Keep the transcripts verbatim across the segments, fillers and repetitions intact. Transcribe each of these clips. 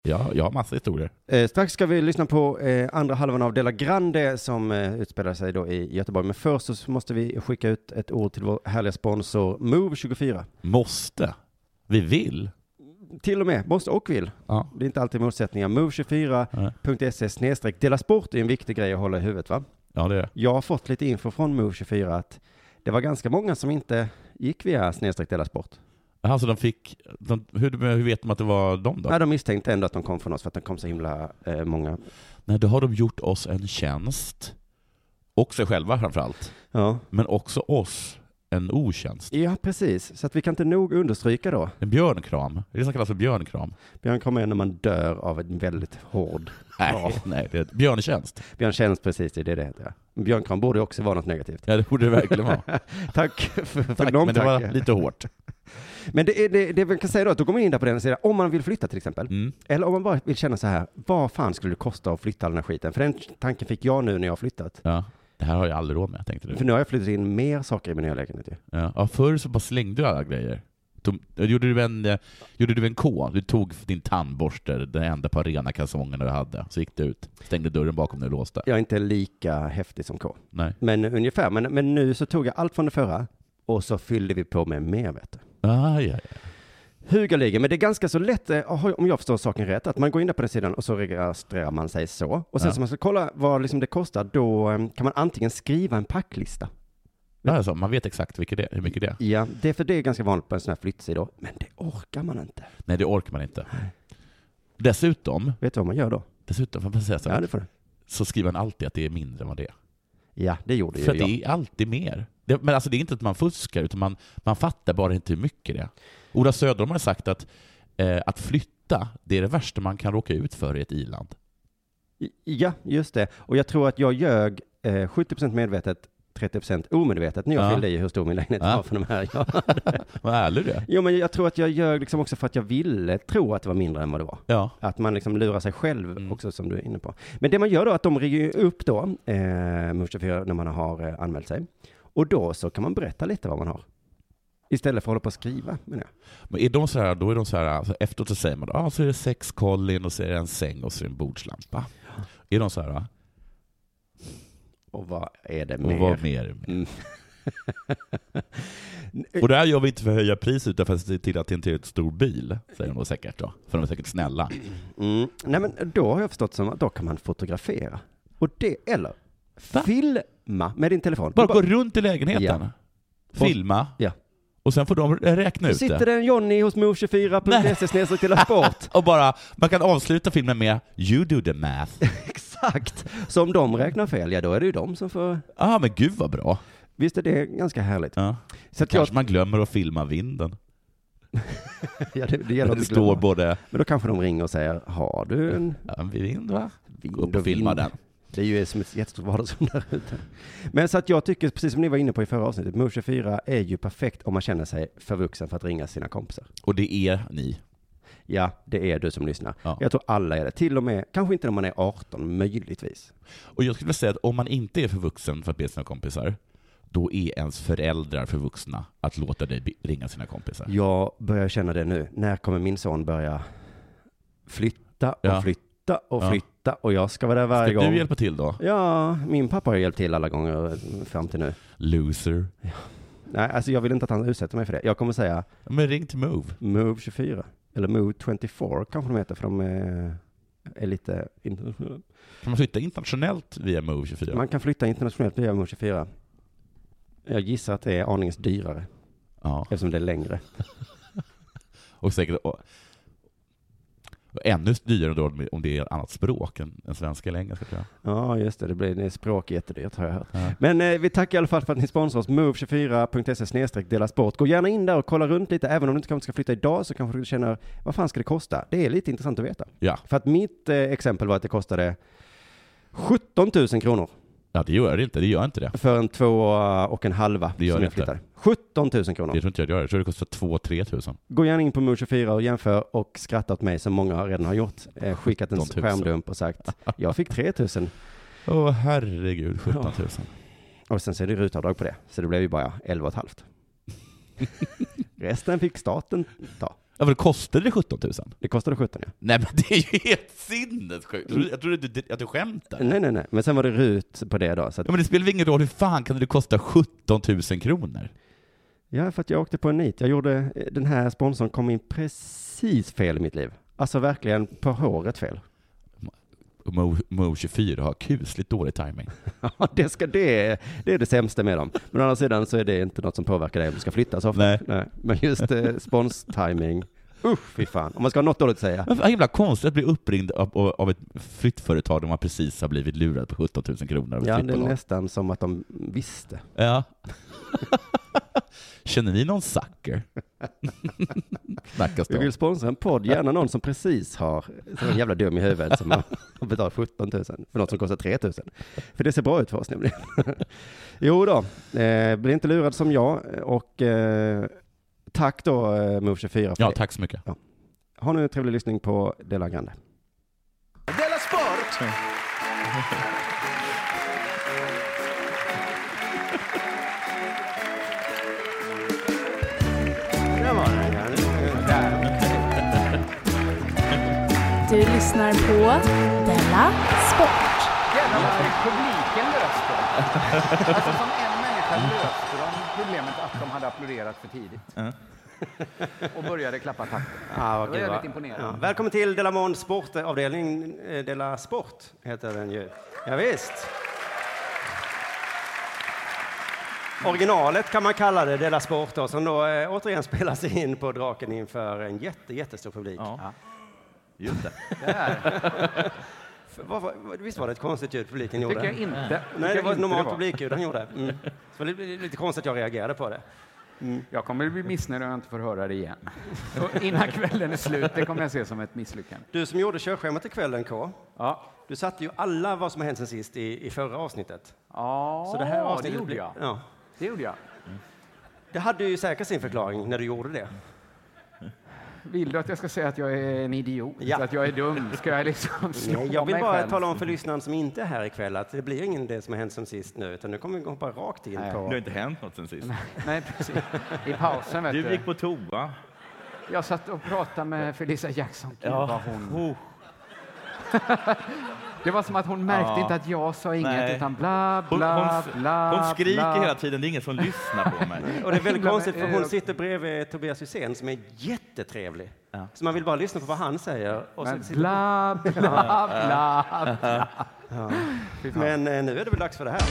Ja, jag har massa historier. Eh, strax ska vi lyssna på eh, andra halvan av Della Grande som eh, utspelar sig då i Göteborg. Men först så måste vi skicka ut ett ord till vår härliga sponsor Move tjugofyra. Måste? Vi vill? Till och med, måste och vill. Ja. Det är inte alltid motsättningar. move tjugofyra punkt se snedstreck dela sport är en viktig grej att hålla i huvudet, va? Ja, det är. Jag har fått lite info från Move tjugofyra att det var ganska många som inte gick via snedstreck dela sport. Alltså de fick, de, hur, hur vet de att det var de då? Nej, de misstänkte ändå att de kom från oss för att de kom så himla eh, många. Nej, då har de gjort oss en tjänst. Och sig själva framförallt. Ja. Men också oss en otjänst. Ja, precis. Så att vi kan inte nog understryka då. En björnkram. Det är det som kallas för björnkram. Björnkram är när man dör av en väldigt hård. Nej, ja. nej, det är ett björntjänst. Björntjänst, precis, det är det det heter. Björnkram borde också vara något negativt. Ja, det borde det verkligen vara. Tack för, för Tack, men det var lite hårt. Men det är det, det man kan säga då, att då går man in där på den sidan, om man vill flytta till exempel. Mm. Eller om man bara vill känna så här, vad fan skulle det kosta att flytta all den här skiten? För den tanken fick jag nu när jag har flyttat. Ja, det här har jag aldrig råd med, tänkte du. För nu har jag flyttat in mer saker i min nya lägenhet. Ja, ja, förr så bara slängde du alla grejer. Du, gjorde, du en, gjorde du en K? Du tog din tandborste, den enda par rena kalsongerna du hade. Så gick du ut, stängde dörren bakom dig och låste. Jag är inte lika häftig som K. Nej. Men ungefär. Men, men nu så tog jag allt från det förra och så fyllde vi på med mer, vet du. Ah, ja, ja. Hugaligen, men det är ganska så lätt, om jag förstår saken rätt, att man går in där på den sidan och så registrerar man sig så. Och sen Ja. så man ska kolla vad liksom det kostar, då kan man antingen skriva en packlista. Ja, alltså, man vet exakt vilket det, hur mycket det är. Ja, det är för det är ganska vanligt på en sån här flyttsida, men det orkar man inte. Nej, det orkar man inte. Dessutom, Vet du vad man gör då? dessutom får man säga så, Ja, det får du. så skriver man alltid att det är mindre än vad det är. Ja, det gjorde ju För jag. det är alltid mer. Det, men alltså det är inte att man fuskar, utan man, man fattar bara inte hur mycket det är. Ola Söderholm har sagt att, eh, att flytta, det är det värsta man kan råka ut för i ett i-land. Ja, just det. Och jag tror att jag ljög eh, sjuttio procent medvetet, trettio procent omedvetet när jag Ja. fyllde i hur stor min lägenhet Ja. var för de här. Ja. Vad ärlig du är. Jo, men jag tror att jag ljög liksom också för att jag ville tro att det var mindre än vad det var. Ja. Att man liksom lurar sig själv Mm. också, som du är inne på. Men det man gör då, att de ringer upp då, eh, Move tjugofyra, när man har eh, anmält sig. Och då så kan man berätta lite vad man har. Istället för att hålla på att skriva, menar jag. Men är de så här, då är de så här, alltså efteråt så säger man, ah, så är det sex kollin och så är det en säng och så är det en bordslampa. Ja. Är de så här, va? Och vad är det Och mer? vad mer? Mm. Och det här gör vi inte för att höja priset utan för att se till att det inte är en stor bil, säger de då säkert då. För de är säkert snälla. Mm. Nej, men då har jag förstått som att då kan man fotografera. Och det, eller Va? filma med din telefon. Bara Du gå runt i lägenheten. Ja. Filma. Ja. Och sen får de räkna Så ut sitter det. det en Johnny hos move tjugofyra punkt se snedstreck till sport. Och bara, man kan avsluta filmen med You do the math. Exakt. Så om de räknar fel, ja då är det ju de som får... Ah, men gud vad bra. Visst är det ganska härligt. Ja. Så att Kanske jag... man glömmer att filma vinden. ja, det, det gäller att Det inte står glömma. både Men då kanske de ringer och säger, har du en ja, en vind, va? vind Gå upp och filma den. Det är ju som ett jättestort vardagsrum där ute. Men så att jag tycker, precis som ni var inne på i förra avsnittet, move tjugofyra är ju perfekt om man känner sig för vuxen för att ringa sina kompisar. Och det är ni. Ja, det är du som lyssnar. Ja. Jag tror alla är det. Till och med, kanske inte när man är arton, möjligtvis. Och jag skulle vilja säga att om man inte är för vuxen för att be sina kompisar, då är ens föräldrar för vuxna att låta dig ringa sina kompisar. Jag börjar känna det nu. När kommer min son börja flytta och Ja. flytta och Ja. flytta och jag ska vara där varje Ska gång. du hjälpa till då? Ja, min pappa har hjälpt till alla gånger fram till nu. Loser. Nej, alltså jag vill inte att han utsätter mig för det. Jag kommer säga Men ring till Move. move tjugofyra. Eller move tjugofyra kanske de heter, för de är, är lite internationella. Kan man flytta internationellt via Move tjugofyra? Man kan flytta internationellt via move tjugofyra. Jag gissar att det är aningens dyrare, Ja. eftersom det är längre. Och säkert och, och ännu dyrare då om det är ett annat språk än, än svenska eller engelska, tror jag. Ja, just det. Det blir det är språk jättedyrt, har jag hört. Ja. Men eh, vi tackar i alla fall för att ni sponsrar oss. move tjugofyra punkt se snedstreck dela sport. Gå gärna in där och kolla runt lite. Även om du inte kanske ska flytta idag, så kanske du känner, vad fan ska det kosta? Det är lite intressant att veta. Ja. För att mitt eh, exempel var att det kostade sjutton tusen kronor Ja, det gör det inte. Det gör inte det. för en två och en halva Det gör som det jag inte. flyttade. sjutton tusen kronor. Jag tror inte jag gör det. Jag tror det kostar två till tre tusen. Gå gärna in på move tjugofyra och jämför och skratta åt mig som många redan har gjort. Eh, skickat en sjutton tusen. skärmdump och sagt, jag fick tre tusen. Åh, oh, herregud. sjutton tusen. Och sen så är det rutavdrag på det. Så det blev ju bara elva och ett halvt. Resten fick staten ta. Ja, vad kostade det sjutton tusen? Det kostade sjutton, ja. Nej, men det är ju helt sinnessjukt. Jag trodde att du skämtar. Nej, nej, nej. Men sen var det rut på det då. Så att... Ja, men det spelar ingen roll. Hur fan kan det kosta sjutton tusen kronor? Ja, för att jag åkte på en nit. Jag gjorde, den här sponsorn kom in precis fel i mitt liv. Alltså verkligen på håret fel. Mo, Mo tjugofyra har kusligt dålig timing. Ja, det, ska, det, det är det sämsta med dem. Men å andra sidan så är det inte något som påverkar dig om du ska flytta så ofta. Nej. Nej. Men just eh, spons-timing, usch fy fan. Om man ska ha något dåligt att säga. Men det är himla konstigt att bli uppringd av, av ett flyttföretag där man precis har blivit lurad på sjutton tusen kronor. Av ett Ja, det är flyttbolag. nästan som att de visste. Ja. Känner ni någon sucker? Snackas Vi då. vill sponsra en podd, gärna någon som precis har så en jävla dum i huvudet som har betalat sjutton tusen för något som kostar tre tusen. För det ser bra ut för oss nämligen. Jo då, eh, bli inte lurad som jag och eh, tack då eh, Mo tjugofyra för Ja, det. tack så mycket. Ja. Ha nu en trevlig lyssning på Della Grande. Della Sport! Där var den. Du lyssnar på Della Sport. Jävlar vad publiken löste det. Alltså som en människa löste de problemet att de hade applåderat för tidigt. Och började klappa takten. Ja, Det var okej, jävligt va? imponerande. Ja. Välkommen till Della Måns sportavdelning, eh, Della Sport heter den ju. Ja, visst. Originalet kan man kalla det, Della Sport, då, som då eh, återigen spelas in på Draken inför en jätte, jättestor publik. Ja. Just det. Det här För, vad, vad, visst var det ett konstigt ljud publiken gjorde? tycker jag inte. Nej, Tycker det var ett inte normalt var. publikljud han gjorde. Mm. Så det blev lite konstigt att jag reagerade på det. Jag kommer bli missnöjd om jag inte får höra det igen. Och innan kvällen är slut, det kommer jag se som ett misslyckande. Du som gjorde körschemat till kvällen, K. Ja, Du satte ju alla vad som har hänt sen sist i, i förra avsnittet. ja Så det här avsnittet det gjorde blir- jag. Ja. Det gjorde jag. Det hade ju säkert sin förklaring när du gjorde det. Vill du att jag ska säga att jag är en idiot? Ja. Att jag är dum? Ska jag liksom slå Nej, jag vill mig bara själv? tala om för lyssnaren som inte är här ikväll att det blir ingen det som har hänt som sist nu, utan nu kommer vi hoppa rakt in Nej. Det har på... inte hänt något sen sist. Nej, precis. I pausen, vet du. Du gick på toa. Jag satt och pratade med Felicia Jackson. Gud, vad hon... Oh. Det var som att hon märkte Ja. inte att jag sa inget, Nej. utan bla, Hon, bla, hon, bla, hon skriker bla. hela tiden, det är ingen som lyssnar på mig. Och det är väldigt Himla- konstigt för hon eh, sitter bredvid Tobias Hysén som är jättetrevlig. Ja. Så man vill bara lyssna på vad han säger. Och så Men sitter- bla, bla, bla, bla. Fy fan. Men eh, nu är det väl dags för det här.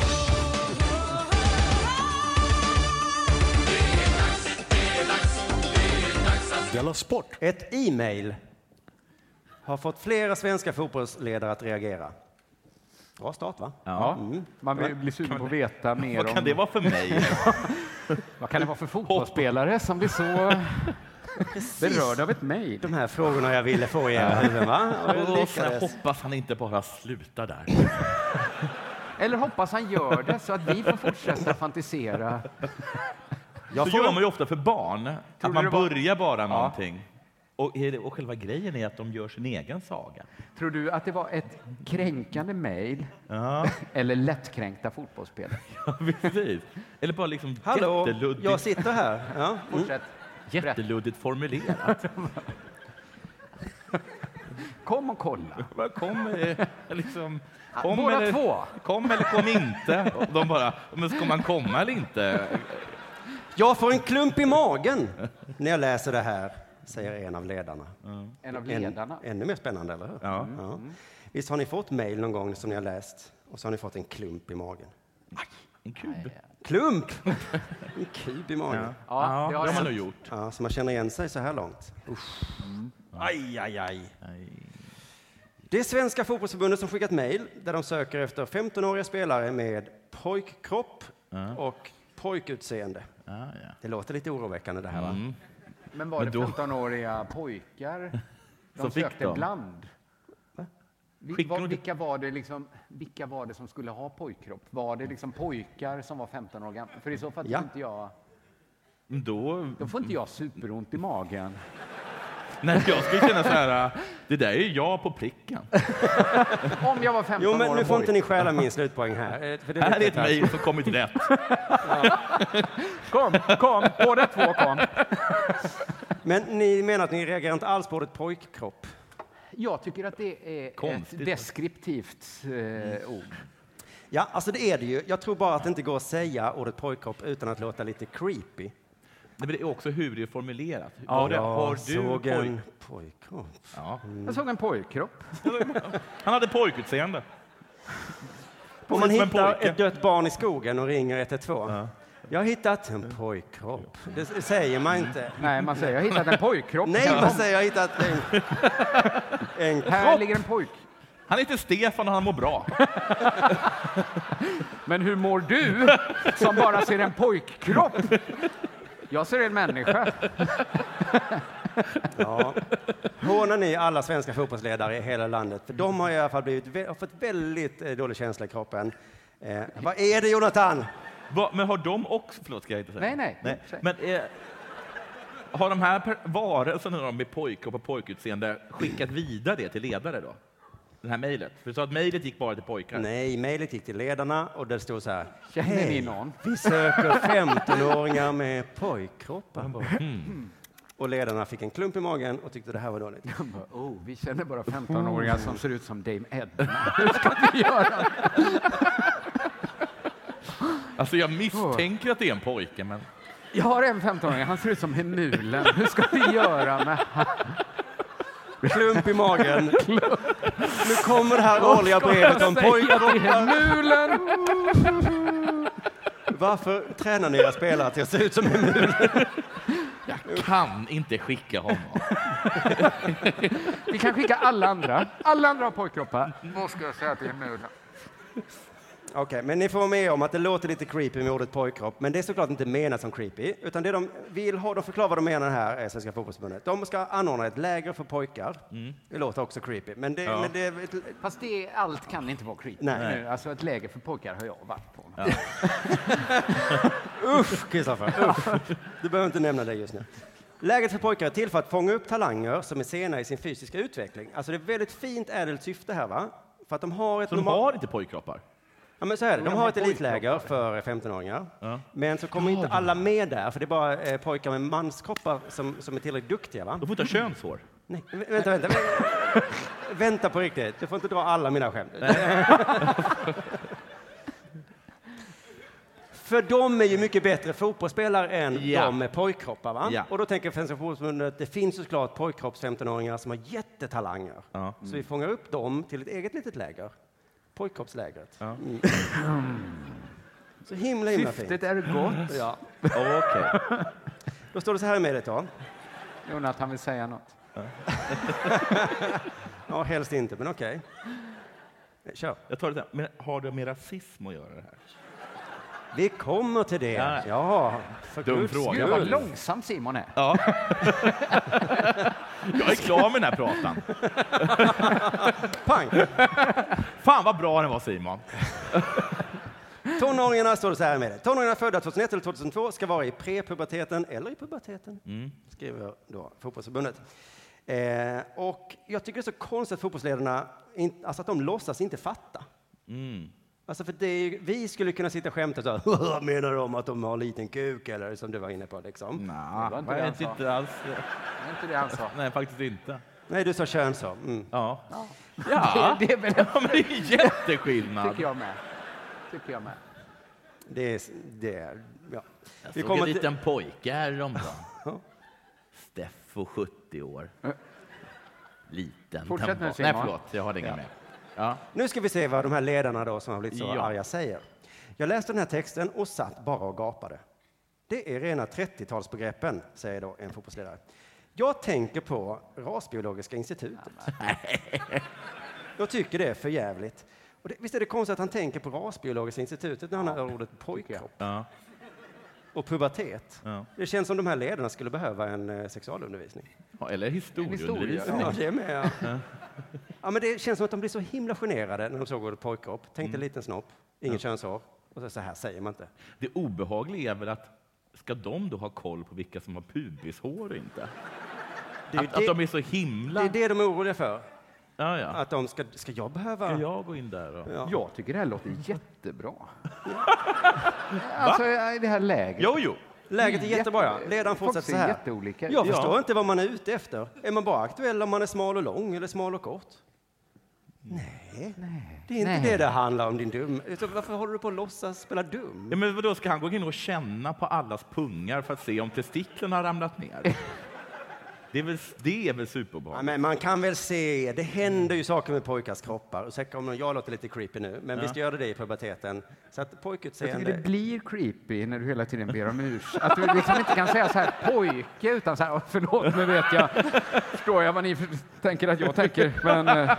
Della Sport. Ett e-mail har fått flera svenska fotbollsledare att reagera. Bra start, va? Ja, man blir, blir sugen på att veta mer Vad om... kan det vara för mig? Vad kan det vara för fotbollsspelare som blir så berörd av ett mejl? De här frågorna jag ville få i era huvuden, va? Och jag Och jag lyckades. hoppas han inte bara slutar där. Eller hoppas han gör det så att vi får fortsätta fantisera. Jag Så får- gör man ju ofta för barn. Att du man det var- börjar bara någonting. Och, och själva grejen är att de gör sin egen saga. Tror du att det var ett kränkande mejl Ja, eller lättkränkta fotbollsspelare? precis. Eller bara liksom Hallå, jätteluddigt, jag sitter här. Ja. Mm. Fortsätt. jätteluddigt formulerat. Kom och kolla. Bara kom, eh, liksom, kom, Båda eller, två. kom eller kom inte. Och de bara, men ska man komma eller inte? Jag får en klump i magen när jag läser det här, säger en av ledarna. En av En, ledarna. ännu mer spännande, eller hur? Ja. Ja. Visst har ni fått mejl någon gång som ni har läst och så har ni fått en klump i magen? En kub. Klump! En kub i magen. Ja. Ja, det har det har jag. man nog gjort. Så man känner igen sig så här långt. Usch. Aj, aj, aj. Det är Svenska fotbollsförbundet som skickat mejl där de söker efter femtonåriga spelare med pojkkropp och pojkutseende. Ja, ja. Det låter lite oroväckande det här, va? Mm. Men var Men det då- femtonåriga pojkar de Som fick sökte dem? bland? Vi, Skickar var, de- vilka, var det liksom, vilka var det som skulle ha pojkkropp? Var det liksom pojkar som var femton år gamla? För i så fall Ja. får inte jag, Då, då får inte jag superont i magen. nej, jag skulle känna så här, äh, det där är ju jag på pricken. Om jag var femton Jo, år men nu och får pojk. inte ni stjäla min slutpoäng här. eh, För det Här är lite ett mejl som kommit rätt. Kom, kom, båda två kom. Men ni menar att ni reagerar inte alls på ordet pojkkropp? Jag tycker att det är Konstigt. ett deskriptivt eh, ord. Ja, alltså det är det ju. Jag tror bara att det inte går att säga ordet pojkkropp utan att låta lite creepy. Nej, men det är också hur det är formulerat. Ja, Var det, har du såg poj... en pojkkropp. Ja. Jag såg en pojkkropp. Han hade pojkutseende. Om man Precis som en hittar pojke. ett dött barn i skogen och ringer ett ett två. Ja. Jag har hittat en pojkkropp. Det säger man inte. Nej, man säger jag har hittat en pojkkropp. Nej, man säger jag har hittat en, en Här kropp. ligger en pojk. Han heter Stefan och han mår bra. Men hur mår du som bara ser en pojkkropp? Jag ser en människa. Ja. Hånar ni alla svenska fotbollsledare i hela landet? För de har i alla fall blivit, vä- har fått väldigt eh, dålig känsla i kroppen. Eh, vad är det, Jonathan? Va, men har de också... Förlåt, ska jag inte säga. Nej, nej. nej. Säg. Men eh, har de här per- varelserna med pojkkropp och pojkutseende skickat vidare det till ledare då? Det här mejlet? För du sa att mejlet gick bara till pojkar. Nej, mejlet gick till ledarna och det stod så här. Känner ni Hej, någon? vi söker femtonåringar med pojkkroppar. Mm. Och ledarna fick en klump i magen och tyckte det här var dåligt. Jag bara, oh, vi känner bara femtonåringar som ser ut som Dame Edna. Hur ska vi göra? Alltså jag misstänker att det är en pojke, men... Jag har en femtonåring, han ser ut som Hemulen. Hur ska vi göra med Klump i magen. Nu kommer det här årliga brevet om pojkkroppar. Hemulen? Varför tränar ni era spelare till att se ut som Hemulen? Jag kan inte skicka honom. Vi kan skicka alla andra. Alla andra har pojkkroppar. Vad ska jag säga till Hemulen? Okej, okay, men ni får vara med om att det låter lite creepy med ordet pojkkropp, men det är såklart inte menat som creepy, utan det de vill ha, de förklarar vad de menar här, Svenska fotbollsförbundet. De ska anordna ett läger för pojkar. Mm. Det låter också creepy, men det... Ja. Men det ett, Fast det, allt kan inte vara creepy. Nej. Nu, alltså ett läger för pojkar har jag varit på. Ja. usch, Kristoffer, usch. Du behöver inte nämna det just nu. Läget för pojkar är till för att fånga upp talanger som är sena i sin fysiska utveckling. Alltså det är väldigt fint ädelt syfte här, va? För att de har ett Så de normal- har inte pojkkroppar? Ja, men så är det. De De har har ett elitläger för femtonåringar. Ja. Men så kommer inte alla med där, för det är bara eh, pojkar med manskroppar som, som är tillräckligt duktiga, va? De får inte ha könshår. Nej, vä- vänta, vänta. vänta. Vänta på riktigt. Du får inte dra alla mina skämt. För de är ju mycket bättre fotbollsspelare än Ja. de med pojkkroppar, va? Ja. Och då tänker Svenska fotbollsförbundet att det finns ju såklart pojkkropps-femtonåringar som har jättetalanger. Ja. Så vi fångar upp dem till ett eget litet läger. Pojkkroppslägret. Ja. Mm. Så himla, himla fint. Syftet är gott. Ja. Okej. Då står det så här med det då. Jonathan vill säga något. Ja, helst inte, men okej. Kör. Jag tar det där. Men har det med rasism att göra det här? Vi kommer till det. Ja. Ja, för Dum guds fråga. Gud vad skull. långsam Simon är. Ja. Jag är klar med den här pratan. Pang! Fan vad bra den var, Simon. Tonåringarna står det så här med det. Tonåringarna födda tjugohundraett eller tjugohundratvå ska vara i prepuberteten eller i puberteten, Mm. skriver då fotbollsförbundet. Eh, och jag tycker det är så konstigt att fotbollsledarna, in, alltså att de låtsas inte fatta. Mm. Alltså för det är, ju- vi skulle kunna sitta och skämta så här, menar de att de har en liten kuk eller som du var inne på liksom? Nej, Det var inte jag det han vet sa. inte alls. Det är inte det han sa. Nej, faktiskt inte. Nej, du sa kön så. Mm. Ja. Ja, Det, det är väl ja men det är jätteskillnad. tycker jag med. Tycker jag med. Det är, det är, ja. Jag Vi såg kommer en till- liten pojke häromdagen. Ja. Steffo, sjuttio år. Liten. Fortsätt nu, Nej, Simon. förlåt. Jag har det inget mer. Ja. Nu ska vi se vad de här ledarna då som har blivit så Ja. arga säger. Jag läste den här texten och satt bara och gapade. Det är rena trettiotalsbegreppen, säger då en fotbollsledare. Jag tänker på Rasbiologiska institutet. Jag tycker det är för jävligt. Och det, visst är det konstigt att han tänker på Rasbiologiska institutet när han har ordet pojkkropp Ja. och pubertet. Ja. Det känns som de här ledarna skulle behöva en eh, sexualundervisning. Ja, eller historieundervisning. Ja, det är med. Ja. Ja, men det känns som att de blir så himla generade när de såg ordet pojkkropp. Tänkte Mm. liten snopp, ingen könshår. Och så, så här säger man inte. Det obehagliga är väl att ska de då ha koll på vilka som har pubishår och inte? Det är, Att, att det, de är så himla... det är det de är oroliga för. Ja, ja. Att de ska, ska jag behöva... Ska jag gå in där då? Ja. Jag tycker det här låter jättebra. Alltså det här läget. Jo, jo. Läget är jättebra, ja. Ledaren fortsätter så här. Jätteolika. Jag förstår Ja. inte vad man är ute efter. Är man bara aktuell om man är smal och lång eller smal och kort? Nej, Nej. det är inte Nej. det det handlar om, din dum. Varför håller du på att låtsas spela dum? Ja, men vadå, ska han gå in och känna på allas pungar för att se om testiklarna har ramlat ner? Det är väl, det är väl Ja, superbra. men man kan väl se, det händer ju saker med pojkars kroppar. Och säkert om jag låter lite creepy nu, men Ja. visst gör det det i puberteten. Så att Jag pojkutseende... tycker det blir creepy när du hela tiden ber om ursäkt. Att du liksom inte kan säga så här pojke utan så här, "Åh, förlåt, nu vet jag, förstår jag vad ni för- tänker att jag tänker, men eh,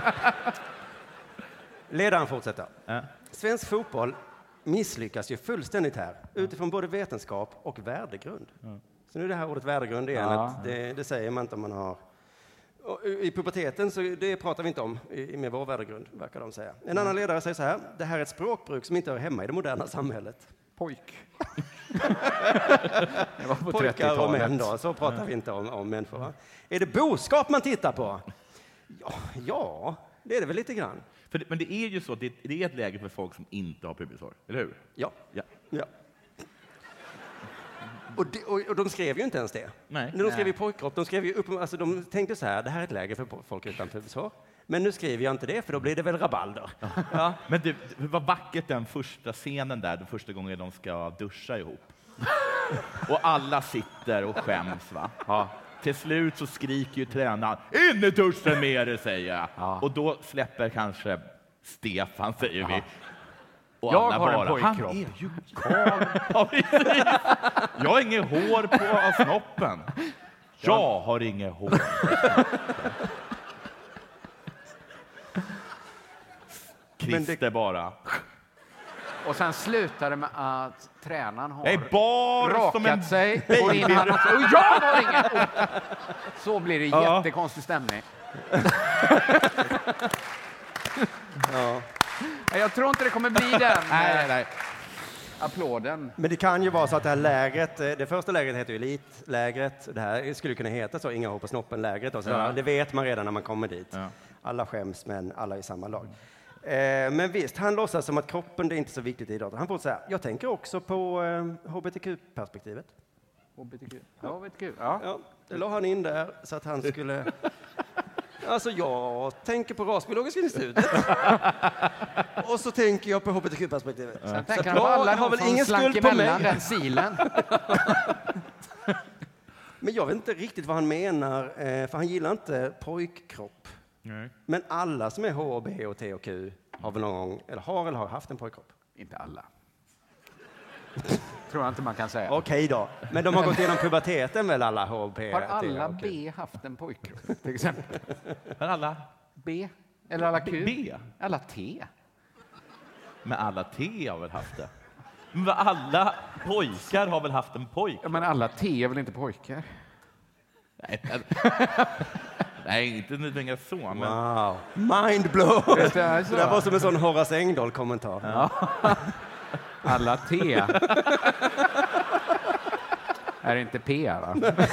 Ledaren fortsätter. Ja. Svensk fotboll misslyckas ju fullständigt här, utifrån både vetenskap och värdegrund. Så nu är det här ordet värdegrund igen, Ja. att det, det säger man inte om man har... Och i puberteten, så det pratar vi inte om i, med vår värdegrund, verkar de säga. En annan ledare säger så här, det här är ett språkbruk som inte hör hemma i det moderna samhället. pojk. Det var på Pojkar och män trettiotalet. då, så pratar vi inte om, om människor. Va? Är det boskap man tittar på? Ja, ja, det är det väl lite grann. För det, men det är ju så, det, det är ett läge för folk som inte har pubishår, eller hur? Ja. Ja. Ja. Och, de, och, och de skrev ju inte ens det. Nej. När de skrev Nej. i pojkkropp, de skrev ju upp, alltså de tänkte så här, det här är ett läge för folk utan pubishår. Men nu skriver jag inte det, för då blir det väl rabalder. Ja. Men det, det var vackert den första scenen där, den första gången de ska duscha ihop. Och alla sitter och skäms, va? Ja. Till slut så skriker ju tränaren, in i duschen med er, säger jag. Ja. Och då släpper kanske Stefan, säger vi. Och Jag alla har en bara, pojkkropp. han är ju Karl. Ja, precis. Jag har inget hår på snoppen. Jag har inget hår på snoppen. Christer bara. Och sen slutar det med att tränaren har Jag är bar som en rakat sig och in han också. Och jag har inget! Och så blir det Ja. jättekonstig stämning. Ja. Nej, Jag tror inte det kommer bli den Nej, nej, nej. applåden. Men det kan ju vara så att det här lägret, eh, det första lägret heter ju elitlägret. Det här skulle kunna heta så, inga hår på snoppen-lägret. Och så. Ja. Det vet man redan när man kommer dit. Ja. Alla skäms, men alla är i samma lag. Eh, men visst, han låtsas som att kroppen det är inte så viktigt i idrotten. Han får säga, jag tänker också på eh, H B T Q-perspektivet. H B T Q. Ja, H B T Q. Ja. Ja, det la han in där så att han skulle... Alltså jag tänker på Rasbiologiska institutet. Och så tänker jag på H B T Q-perspektivet. Sen Så tänker att han på jag alla har de väl som ingen slank skuld på emellan mig. den silen. Men jag vet inte riktigt vad han menar, eh, för han gillar inte pojkkropp. Nej. Men alla som är H, B, och T och Q har väl någon gång, eller har eller har haft en pojkkropp. Inte alla. Tror jag inte man kan säga. Okej då, men de har gått igenom puberteten väl alla H, B, Har T alla och Q? B haft en pojkkropp, till exempel? Men alla, B? Eller alla Q? B? Alla T? men alla T har väl haft det? Men alla pojkar har väl haft en pojk? Ja, men alla T är väl inte pojkar? Nej, men- Nej, inte nödvändigtvis så, men... Wow, mind blow! Visst är det så? Det där var som en sån Horace Engdahl-kommentar. Alla T. Är det inte P, va?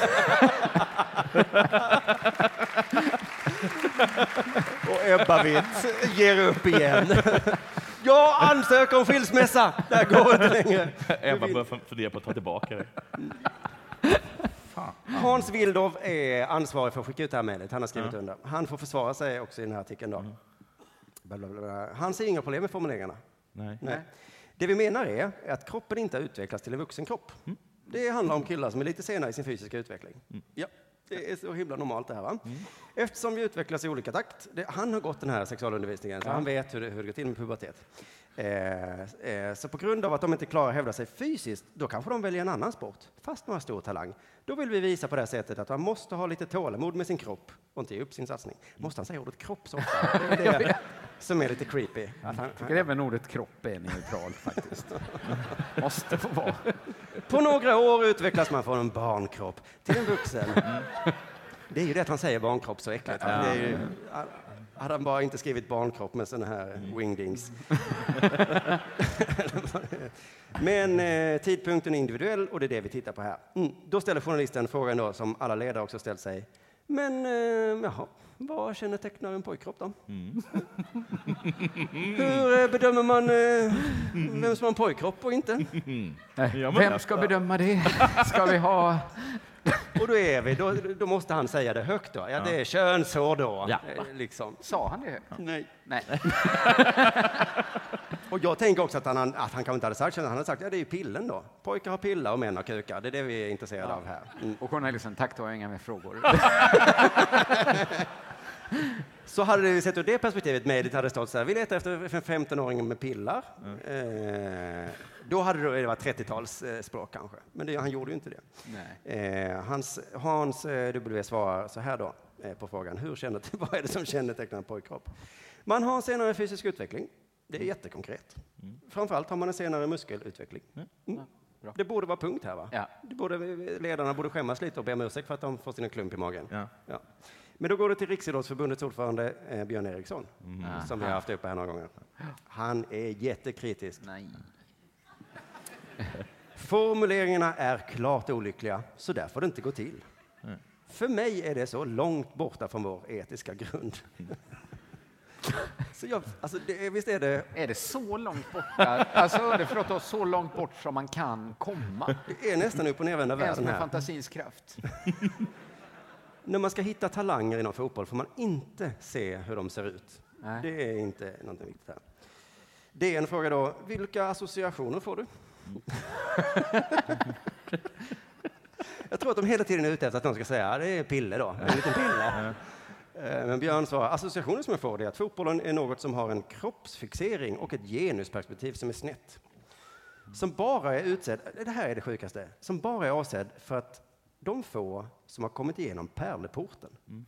Och Ebba Witt ger upp igen. Jag ansöker om skilsmässa! Det här går inte längre. Ebba börjar fundera på att ta tillbaka det. Hans Wildorf är ansvarig för att skicka ut det här mejlet. Han har skrivit under. Han får försvara sig också i den här artikeln. Då. Blablabla. Han ser inga problem med formuleringarna. Nej. Nej. Det vi menar är att kroppen inte har utvecklats till en vuxen kropp. Det handlar om killar som är lite senare i sin fysiska utveckling. Ja, det är så himla normalt det här. Va? Eftersom vi utvecklas i olika takt. Det, han har gått den här sexualundervisningen, så han vet hur det, hur det går till med pubertet. Eh, eh, så på grund av att de inte klarar att hävda sig fysiskt, då kanske de väljer en annan sport, fast de har stor talang. Då vill vi visa på det här sättet att man måste ha lite tålamod med sin kropp och inte ge upp sin satsning. Måste han säga ordet kropp så ofta? Det är det som är lite creepy. Att han, Jag tycker även ordet kropp är neutral, faktiskt. Måste få vara. På några år utvecklas man från en barnkropp till en vuxen. Det är ju det att han säger barnkropp så äckligt. Det är ju, hade han bara inte skrivit barnkropp med såna här wingdings. Men eh, tidpunkten är individuell och det är det vi tittar på här. Mm. Då ställer journalisten frågan då, som alla ledare också ställt sig. Men, eh, jaha, Vad kännetecknar en pojkkropp då? Mm. Hur eh, bedömer man eh, vem som har en pojkkropp och inte? Nej, vem ska bedöma det? Ska vi ha... Och då är vi, då, då måste han säga det högt då. Ja, det är könshår då. Ja. Eh, liksom. Sa han det högt? Nej. Nej. Och jag tänker också att han, att han kanske inte hade sagt, han hade sagt, ja det är ju pillen då. Pojkar har pillar och män har kukar. Det är det vi är intresserade Ja. av här. Mm. Och journalisten, tack, då har jag inga mer frågor. Så hade det sett ur det perspektivet, mediet hade stått så här, vi letar efter en femtonåring med pillar. Mm. Eh, då hade det, det varit trettio-tals eh, språk kanske, men det, han gjorde ju inte det. Nej. Eh, hans, Hans eh, W svarar så här då eh, på frågan, hur känner, vad är det som kännetecknar en pojkkropp? Man har en senare fysisk utveckling, det är jättekonkret. Mm. Framförallt har man en senare muskelutveckling. Mm. Mm. Bra. Det borde vara punkt här va? Ja. Det borde, ledarna borde skämmas lite och be om ursäkt för att de får sin klump i magen. Ja. Ja. Men då går det till Riksidrottsförbundets ordförande eh, Björn Eriksson, Mm. som vi har haft uppe här några gånger. Han är jättekritisk. Nej. Formuleringarna är klart olyckliga, så där får det inte gå till. Mm. För mig är det så långt borta från vår etiska grund. Så jag, alltså det, visst är det... Är det så långt borta? Alltså, är det förlåt, så långt bort som man kan komma? Det är nästan upp och nervända Ens världen med här. fantasins kraft. När man ska hitta talanger inom fotboll får man inte se hur de ser ut. Nej. Det är inte någonting viktigt här. Det är en fråga då, vilka associationer får du? Jag tror att de hela tiden är ute efter att någon ska säga, det är pille då, en liten pille. Men Björn svarar, associationer som jag får det är att fotbollen är något som har en kroppsfixering och ett genusperspektiv som är snett. Som bara är utsedd, det här är det sjukaste, som bara är avsedd för att de få som har kommit igenom pärleporten. Mm.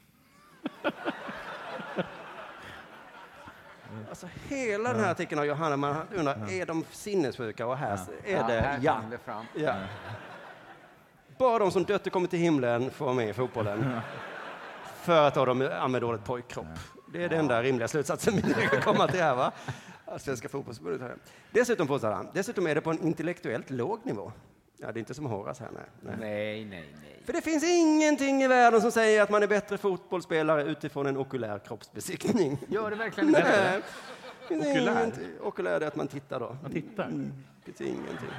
Alltså hela den här artikeln av Johanna, man undrar, är de sinnessjuka? Och här är det, här ja. kom det fram. ja. Bara de som dött och kommit till himlen får vara med i fotbollen. För att de använder ordet pojkkropp. Det är den enda rimliga slutsatsen vi kan komma till här, va? Svenska fotbollsförbundet här. Dessutom fortsätter han. Dessutom är det på en intellektuellt låg nivå. Ja, det är inte som Horace här, nej. nej. Nej, nej, nej. För det finns ingenting i världen som säger att man är bättre fotbollsspelare utifrån en okulär kroppsbesiktning. Gör det verkligen inte det? Nej. Okulär? Okulär är att man tittar då. Man tittar? Mm. Det finns ingenting.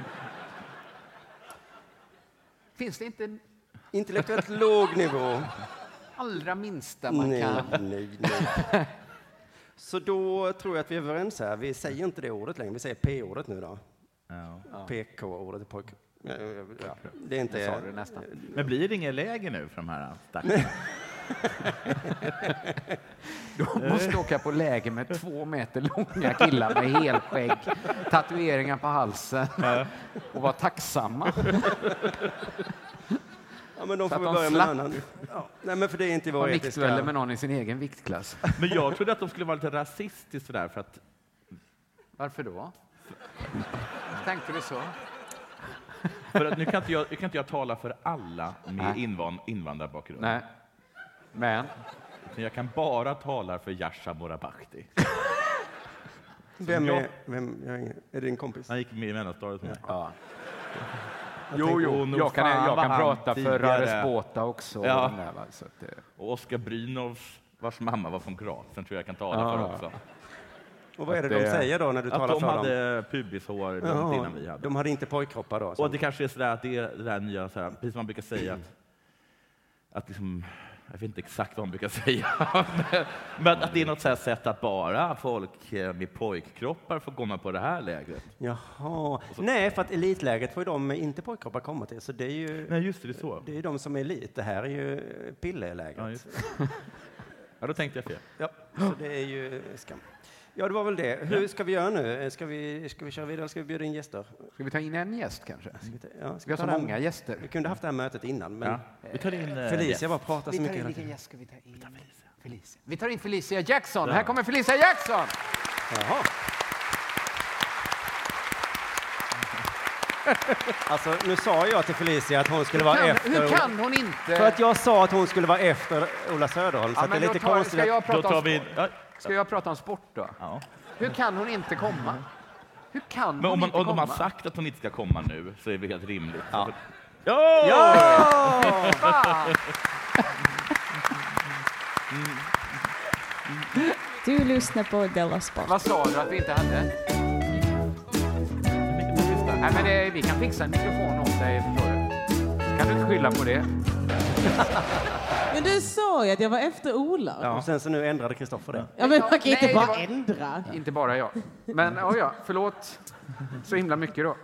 Finns det inte en Intellektuellt låg nivå. allra minsta man Nej, kan? nej, nej. Så då tror jag att vi är överens här. Vi säger inte det ordet längre. Vi säger P-ordet nu då. Ja. P K-ordet. Pojk. Ja, ja. Det är inte... Jag sa det nästan. Men blir det inget läge nu för de här stackarna? De måste åka på läger med två meter långa killar med helskägg, tatueringar på halsen och vara tacksamma. Ja, men de Så får att vi de börja med en slapp. annan. Ja. Nej, men för det är inte vår Och etiska... viktdueller med någon i sin egen viktklass. Men jag trodde att de skulle vara lite rasistiskt sådär för att... Varför då? Tänkte du så? För att nu kan inte jag, nu kan inte jag tala för alla med Nej. invan, invandrarbakgrund. Nej. Men? Utan jag kan bara tala för Yasha Morabakti. Vem jag- är... Vem, jag, är det din kompis? Han gick med i mellanstadiet med mig. Ja. Jo, Jo, jo, jo, nog jag kan, fan jag vad kan han prata för tidigare- Rares Båta också. Ja. Och, den där, va, så att, det- Och Oskar Brynovs, vars mamma var från Kroatien, tror jag kan tala Ja. för också. Och vad är det, Att de det- säger då när du Att talar de för dem? hade pubishår långt Jaha, innan vi hade. de hade inte pojkkroppar då? så. Och det kanske är sådär att det är det där nya, sådär, precis som man brukar säga att, att liksom, jag vet inte exakt vad man brukar säga, men att det är något sådär sätt att bara folk med pojkkroppar får komma på det här lägret. Jaha. Nej, för att elitläget får ju de med inte pojkkroppar komma till, så det är ju... Nej, just det, det är så. Det är ju de som är elit. Det här är ju pilleläget. Ja, just det. Ja, då tänkte jag fel. Ja, så det är ju skam. Ja, det var väl det. Hur ska vi göra nu? Ska vi, ska vi köra vidare? Ska vi bjuda in gäster? Ska vi ta in en gäst kanske? Ska vi, ta, ja, ska Vi har ta så det här- många gäster. Vi kunde haft det här mötet innan, men Ja. Vi tar in eh, Felicia Jeff. bara pratar Vi så tar mycket in hela vilken tiden. gäst ska vi ta in? Felicia. Vi tar in Felicia Jackson. Här kommer Felicia Jackson! Jaha. Alltså, nu sa jag till Felicia att hon skulle vara Kan, efter... hur kan hon inte? För att jag sa att hon skulle vara efter Ola Söderholm, så Ja, att det är men då lite tar, konstigt. ska, jag att- Då prata tar om vi... sport? Ja. Ska jag prata om sport då? Ja. Hur kan hon inte komma? Hur kan Men hon om, man, inte om de komma? har sagt att hon inte ska komma nu så är det helt rimligt. Ja. Ja! Ja! Fan! Du lyssnar på Della Sport. Vad sa du att vi inte hade? Nej, men det, vi kan fixa en mikrofon åt dig, förstår du. Kan du inte skylla på det? Men du sa ju att jag var efter Ola. Ja. Och sen så nu ändrade Kristoffer det. Ja, men man kan inte Nej, bara var... ändra. Inte bara jag. Men oh ja, förlåt så himla mycket då.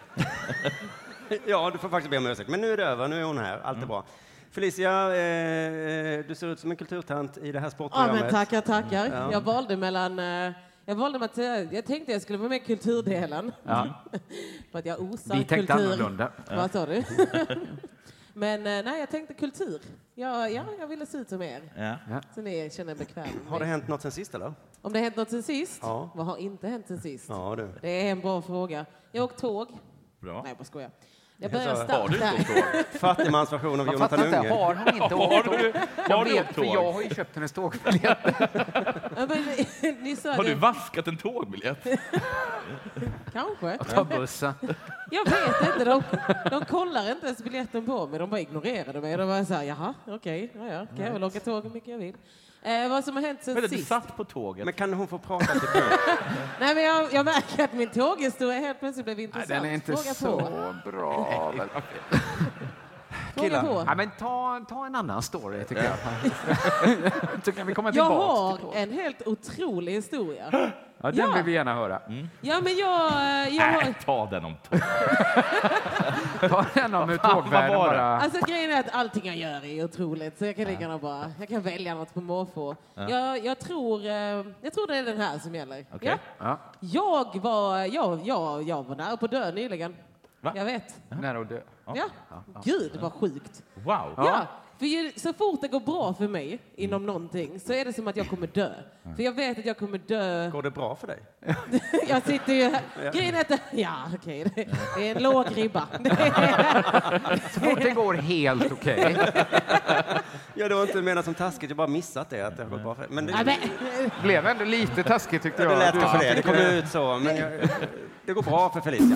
Ja, du får faktiskt be om ursäkt. Men nu är det över, nu är hon här. Allt är bra. Felicia, eh, du ser ut som en kulturtant i det här Ja, sportprogrammet. men tackar, tackar. Ja. Jag valde mellan... Eh, jag valde att jag tänkte jag skulle vara med i kulturdelen. Ja. För att jag osar Vi tänkte kultur. annorlunda. Vad sa du? Men eh, nej, jag tänkte kultur. Ja, ja, jag ville se ut som er. Ja. Så ni känner er bekväm. Har det hänt något sen sist, eller? Om det har hänt något sen sist? Ja. Vad har inte hänt sen sist? Ja, du. Det är en bra fråga. Jag åkte tåg. Bra. Nej, jag bara skojar. Jag börjar Så- Har starkt du där. åkt tåg? Fattigmansversion av Jag Jonathan fattar inte, Unge. har hon inte Har åkt du, tåg? har Jag du vet, åkt för tåg? jag har ju köpt hennes tågbiljett. Ja, men, ni sa Har det. du vaskat en tågbiljett? Kanske. Ta bussen. Jag vet inte. De, de kollar inte ens biljetten på mig. De bara ignorerade mig. De bara så här, jaha, okej. Okay, ja, ja. Kan jag väl åka tåg hur mycket jag vill. Eh, vad som har hänt sen Men du sist? satt på tåget. Men kan hon få prata lite? Nej, men jag, jag märker att min tåghistoria helt plötsligt blev Nej, intressant. den är inte Fråga så på. bra. väl? Fråga Killar. på. Ja, men ta, ta en annan story, tycker jag. Så kan vi komma Jag tillbaka har till tåg. en helt otrolig historia. Ja, den Ja. vill vi gärna höra. Ja, men jag, eh, jag har... Nej, ta den om tåg. Ta den om hur Vad tågvärlden var det? bara... Alltså grejen är att allting jag gör är otroligt, så jag kan lika gärna bara, jag kan välja något på måfå. Jag, jag, tror, eh, jag tror det är den här som gäller. Okej. Ja. Ja, Jag var, jag, jag, jag var nära på att dö nyligen. Va? Jag vet. nära att dö. Ja. Gud, vad sjukt. Wow. Ja. För ju, så fort det går bra för mig inom någonting så är det som att jag kommer dö. För jag vet att jag kommer dö. Går det bra för dig? Jag sitter ju här. Grejen är att, ja, okej, det, det är en låg ribba. Det är, Så fort det går helt okej. Ja, det var inte menat som taskigt. Jag bara missat det. Att det har gått bra för dig. Men det, ja, men, Blev ändå lite taskigt, tyckte ja, jag. det lät Du kanske som det. Det fick kom ut så. Men jag, det går bra för Felicia.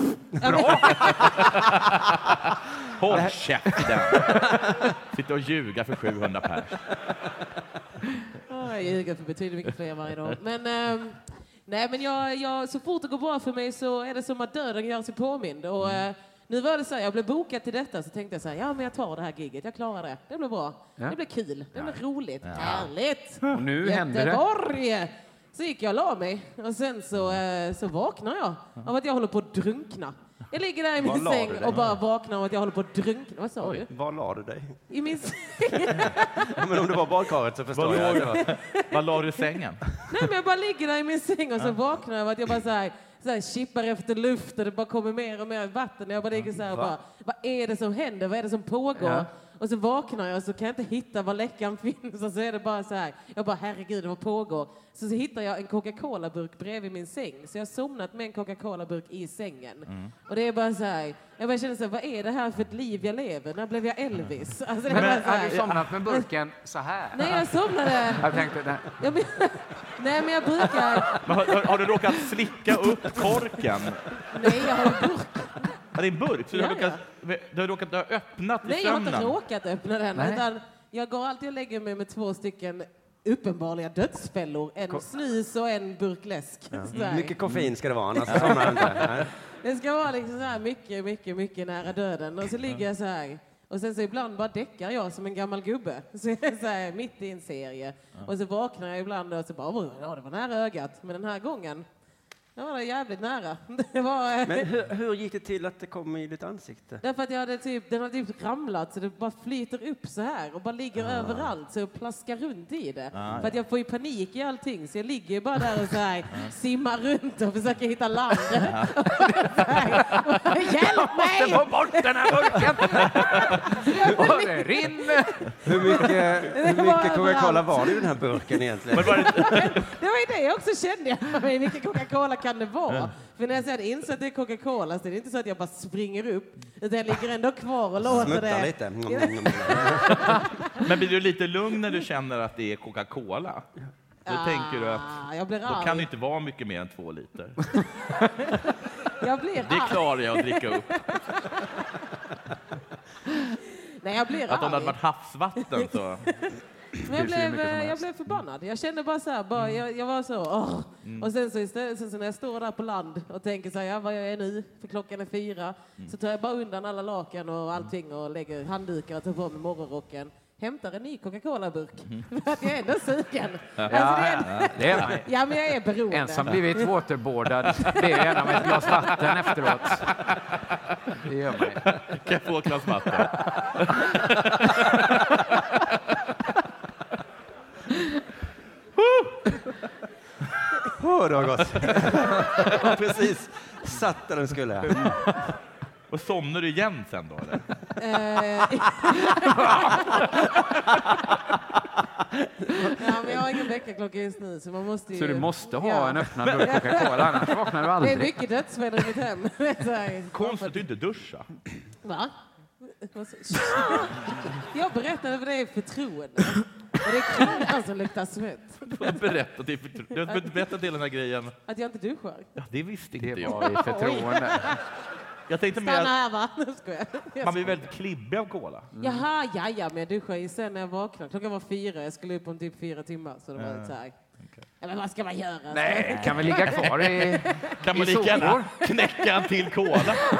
Håll käften. Sitta och ljuga för sjuhundra pers. Ja, jag ljuger för betydligt mycket fler varje dag. Men, ehm, nej, men jag, jag, så fort det går bra för mig så är det som att döden gör sig påmind. Och, eh, nu var det så här, jag blev bokad till detta så tänkte jag så här, ja men jag tar det här giget, jag klarar det. Det blir bra, Ja. det blir kul, det blir roligt, härligt. Och nu händer det. Göteborg! Så gick jag och la mig och sen så, eh, så vaknar jag av att jag håller på att drunkna. Jag ligger där i Var min la säng du dig? och bara vaknar av att jag håller på att drunkna. Vad sa du? Var la du dig? I min säng? Ja, men om det var badkaret så förstår Vad jag. låg att det var- Vad la du i sängen? Nej, men jag bara ligger där i min säng och så vaknar jag av att jag bara så här, så här kippar efter luft och det bara kommer mer och mer vatten. Och jag bara ligger så här och bara, vad är det som händer? Vad är det som pågår? Ja. Och så vaknar jag och så kan jag inte hitta var läckan finns. Och så är det bara så här, jag bara herregud, vad pågår? Så, så hittar jag en Coca-Cola-burk bredvid min säng. Så jag har somnat med en Coca-Cola-burk i sängen. Och det är bara så här, jag bara känner så här, vad är det här för ett liv jag lever? När blev jag Elvis? Alltså, det är bara Men så har du här. somnat med burken så här? Nej, jag somnade. Jag tänkte, nej. Jag, men- nej, men jag brukar... Men har, har, har du råkat slicka upp korken? Nej, jag har en burk. Ja, det är en burk. Så du, har Ja, råkat, du har råkat ha öppnat i Nej, jag har inte sömnen. råkat öppna den. Nej. Utan jag går alltid och lägger mig med två stycken uppenbarliga dödsfällor. En snus och en burk läsk. Så här. Mycket koffein ska det vara, annars somnar du inte. Nej. Det ska vara liksom så här mycket, mycket, mycket nära döden. Och så ligger jag så här. Och sen så ibland bara däckar jag som en gammal gubbe. Så jag är så här mitt i en serie. Och så vaknar jag ibland och så bara, "Oj, ja, det var nära ögat. Men den här gången, det var det jävligt nära. Det var... eh, Men hur, hur gick det till att det kom i ditt ansikte? Därför att jag hade typ, den hade typ ramlat så det bara flyter upp så här och bara ligger överallt så jag plaskar runt i det. För att jag får ju panik i allting så jag ligger ju bara där och så här simmar runt och försöker hitta land. Så här, hjälp mig! Få bort den här burken! Och det rinner! Hur mycket, hur var mycket Coca-Cola överallt. var det i den här burken egentligen? Men var det, Det var ju det jag också kände. Hur mycket Coca-Cola kan det vara? För när jag sedan inser att det är Coca-Cola så är det inte så att jag bara springer upp. Utan jag ligger ändå kvar och låter Smuttar det. lite. Mm, mm, mm. men blir du lite lugn när du känner att det är Coca-Cola? Då tänker du att Ah, jag blir då arg. kan det inte vara mycket mer än två liter. Jag blir Det arg. klarar jag att dricka upp. Nej, jag blir Att om det hade arg. varit havsvatten så... Men jag, blev, jag blev förbannad. Jag kände bara så här, bara, jag, jag var så, åh. Mm. Och sen så, istället, sen så när jag står där på land och tänker så här, ja, vad jag är nu, för klockan är fyra, mm. så tar jag bara undan alla lakan och allting och lägger handdukar och tar på mig morgonrocken. Hämtar en ny Coca-Cola-burk. Mm. För att jag är ändå sugen. Ja, alltså, ja, ja. Det är man. Ja, men jag är beroende. En som blivit waterboardad ber gärna om ett glas vatten efteråt. Det gör man. Kan jag få ett glas vatten? Åh, det var gott. Precis. Satt där den skulle. Mm. Och somnar du igen sen då, eller? Ja, men jag har ingen väckarklocka just nu, så man måste ju... Så du måste ha ja. en öppnad burk Coca-Cola, annars vaknar du aldrig. Det är mycket dödsvänner i mitt hem. Konstigt att du inte duschar. Va? Jag berättade för dig i förtroende. Och det är kvinnan som luktar svett. Du har berättat, du har berättat hela den här grejen. Att jag inte duschar? Ja, det visste inte det jag. Det var i förtroende. Jag tänkte Stanna mer här, va? Jag man blir väldigt klibbig av cola. Mm. Jaha, ja, ja, men jag duschade ju sen när jag vaknade. Klockan var fyra, jag skulle upp om typ fyra timmar. Så det var uh, så här. Okay. Ja, men vad ska man göra? Nej, kan vi ligga kvar i Kan man lika gärna knäcka en till cola?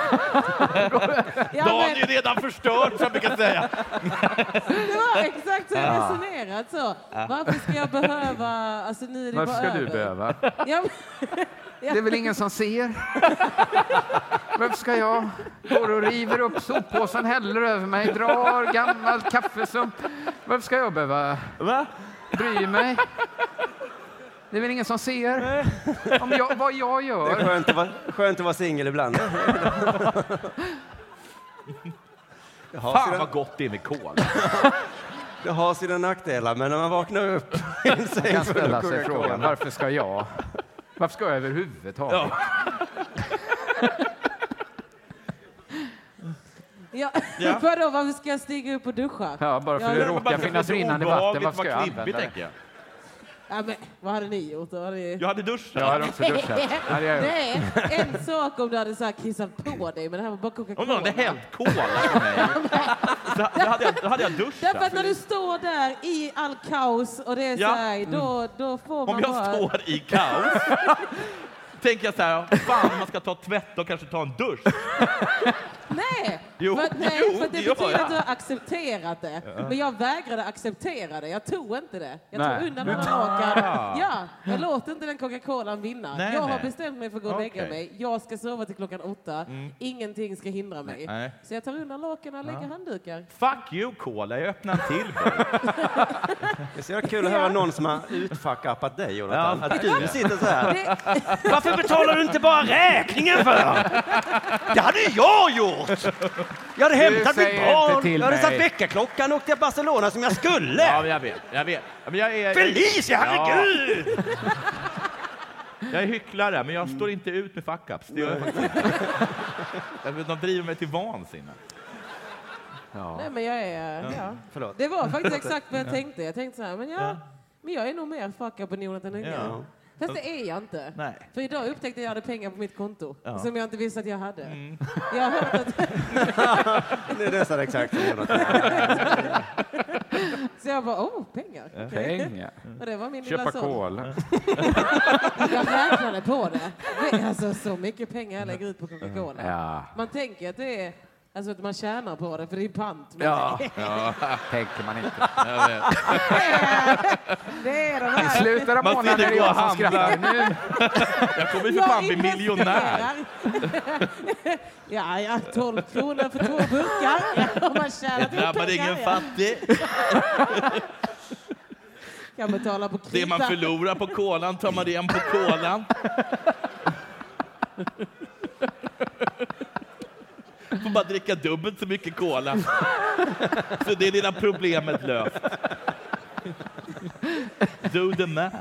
Ja, dagen är ju redan förstörd, som jag brukar säga. Det var exakt så jag resonerat så. Varför ska jag behöva... Alltså, nu är det Varför bara ska över. du behöva? Ja, det är väl ingen som ser? Varför ska jag gå och river upp soppåsen, häller över mig, drar gammal kaffesump? Varför ska jag behöva Va? bry mig? Det är väl ingen som ser om jag, vad jag gör. Det är skönt att vara, skönt att vara singel ibland. Fan sina... vad gott det är med cola. Det har sina nackdelar, men när man vaknar upp kan ställa sig frågan, varför ska jag? Varför ska jag överhuvudtaget? Ja. Ja, ja. Vadå, varför ska jag stiga upp och duscha? Ja, bara för ja, det råkar finnas rinnande vatten. Varför ska jag använda det? Jag. Ja, men vad hade ni gjort? Hade ni... Jag hade duschat. Jag hade också duschat. Nej, en sak om du hade så här kissat på dig, men det här var bara Coca-Cola. Om någon hade hällt cola på mig, då, då, hade jag, då hade jag duschat. Därför att när du står där i all kaos och det är ja. så här, då, då får man om jag bara... står i kaos tänker jag så här, fan man ska ta tvätt och kanske ta en dusch. Nej, jo, för, nej, jo, för det jo, betyder ja. att du har accepterat det. Ja. Men jag vägrade acceptera det. Jag tog inte det. Jag nej. tog undan alla lakan. Ja, jag låter inte den Coca-Colan vinna. Nej, jag har nej. bestämt mig för att gå och okay. lägga mig. Jag ska sova till klockan åtta. Mm. Ingenting ska hindra mig. Nej. Så jag tar undan lakan och lägger ja. handdukar. Fuck you, cola. Jag öppnar en till. Det är så kul att höra någon som har utfuck-appat dig, Jonathan. Ja, att du sitter så här. Det... Varför betalar du inte bara räkningen för? Det hade jag gjort! Jag hade hämtat mitt barn, jag hade satt väckarklockan och åkt till Barcelona som jag skulle. Ja, men jag vet, jag vet. Men jag är... Felicia, herregud! Ja. Jag är hycklare, men jag står inte ut med fuck-ups. Det gör jag faktiskt inte. De driver mig till vansinne. Ja. Nej, men jag är... Ja. Ja. Det var faktiskt exakt vad jag tänkte. Jag tänkte så här, men, ja, ja. men jag är nog mer fuck-up än Jonathan Unge. Ja. Fast det är jag inte. Nej. För idag upptäckte jag att jag hade pengar på mitt konto. Ja. Som jag inte visste att jag hade. Mm. Jag har hört att... det är nästan exakt som Jonathan. Så jag bara, åh, pengar. Ja. Okay. Pengar. Och det var min Köpa lilla son. cola. Jag räknade på det. Alltså så mycket pengar jag lägger ut på Coca-Cola. Ja. Man tänker att det är... Alltså att man tjänar på det, för det är pant. Ja, ja. tänker man inte. Jag vet. Det är de här. I slutet av månaden är det jag som skrattar nu. Jag kommer ju för fan bli miljonär. Ja, ja, tolv kronor för två burkar. Om man tjänar det drabbar ingen fattig. Kan betala på krita. Det man förlorar på kolan tar man igen på kolan. Får bara dricka dubbelt så mycket cola. Så det är dina problemet löst. Do the math.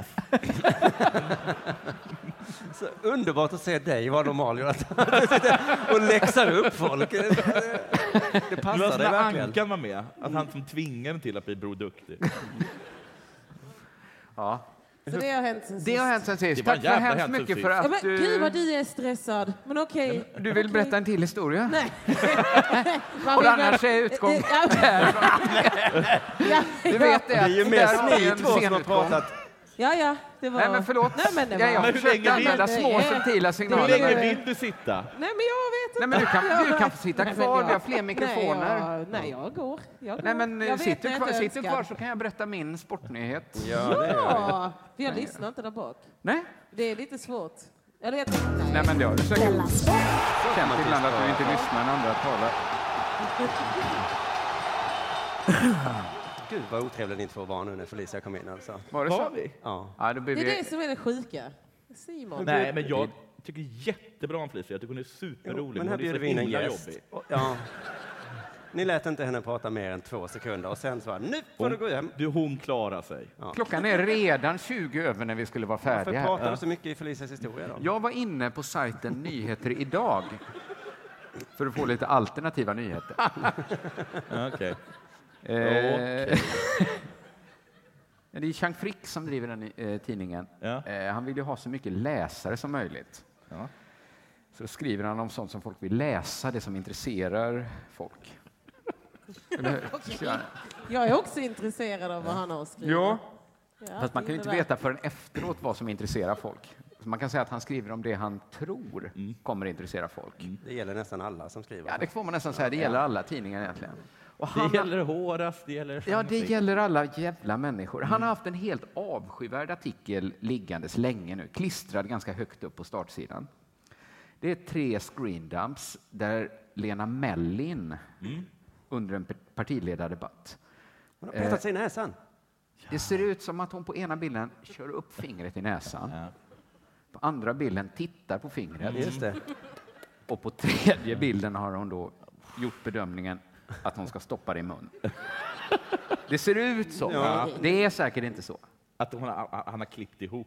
Så underbart att se dig vara normal, Jonathan. Och läxar upp folk. Det, det passar dig verkligen. Ankan var med. Att han som tvingar till att bli Bror Duktig. Ja. Så det har hänt sen sist. Det har hänt sen sist. Det var en Tack så jävla hemskt hänt sen mycket sist. för Ja, att men du... gud vad du är stressad. Men okej. Du vill berätta en till historia? Nej. Och annars är utgång där. Ja, Du vet det. Det är ju att mest där har vi ni en två som har scenutgång. pratat. ja, ja, det var... Nej, men förlåt. Nej, men det var... Ja, jag Men hur försökte länge vill- använda det små är- subtila Hur signaler. länge men- vill du sitta? Nej, men jag vet inte. Nej, men du kan, du kan få sitta Nej, men kvar. jag- Vi har fler mikrofoner. Nej, jag, nej, jag går. Jag går. Nej, men jag vet sitter när du jag kvar, inte sitter du önskar. kvar så kan jag berätta min sportnyhet. Ja, det är Ja, för jag lyssnar inte där bak. Nej? Det är lite svårt. Eller jag tänkte, nej. Nej, men det har du säkert Della Sport. känt ibland att du inte lyssnar när andra talar. Gud vad otrevliga ni två var nu när Felicia kom in alltså. Var det Var så? vi? Ja. Ja, då blir Det är vi... det som är det sjuka. Simon. Nej, men jag tycker jättebra om Felicia. Jag tycker hon är superrolig. Men här hon är bjuder så vi in en himla gäst. jobbig. Och- Ja. Ni lät inte henne prata mer än två sekunder och sen så var nu får du gå hem. Du, hon klarar sig. Klockan är redan tjugo över när vi skulle vara Varför färdiga. pratar här. du så mycket i Felicias historia då? Jag var inne på sajten Nyheter idag för att få lite alternativa nyheter. Okej. Eh, Det är Chang Frick som driver den eh, tidningen. Ja. Eh, han vill ju ha så mycket läsare som möjligt. Ja. Så skriver han om sånt som folk vill läsa, det som intresserar folk. Eller hur? Så gör han. Jag är också intresserad av vad han har skrivit. Ja, Ja, fast man kan ju det inte där. veta förrän efteråt vad som intresserar folk. Så man kan säga att han skriver om det han tror kommer intressera folk. Det gäller nästan alla som skriver. Ja, det får man nästan säga. Det gäller alla tidningar egentligen. Och han Det gäller Horace, det gäller... Ja, det gäller alla jävla människor. Han har haft en helt avskyvärd artikel liggandes länge nu, klistrad ganska högt upp på startsidan. Det är tre screen dumps där Lena Mellin under en partiledardebatt. Hon har petat sig i näsan. Det ser ut som att hon på ena bilden kör upp fingret i näsan. Ja. På andra bilden tittar på fingret. Just det. Och på tredje bilden har hon då gjort bedömningen att hon ska stoppa det i mun. Det ser ut så. Ja. Det är säkert inte så. Att hon har, han har klippt ihop.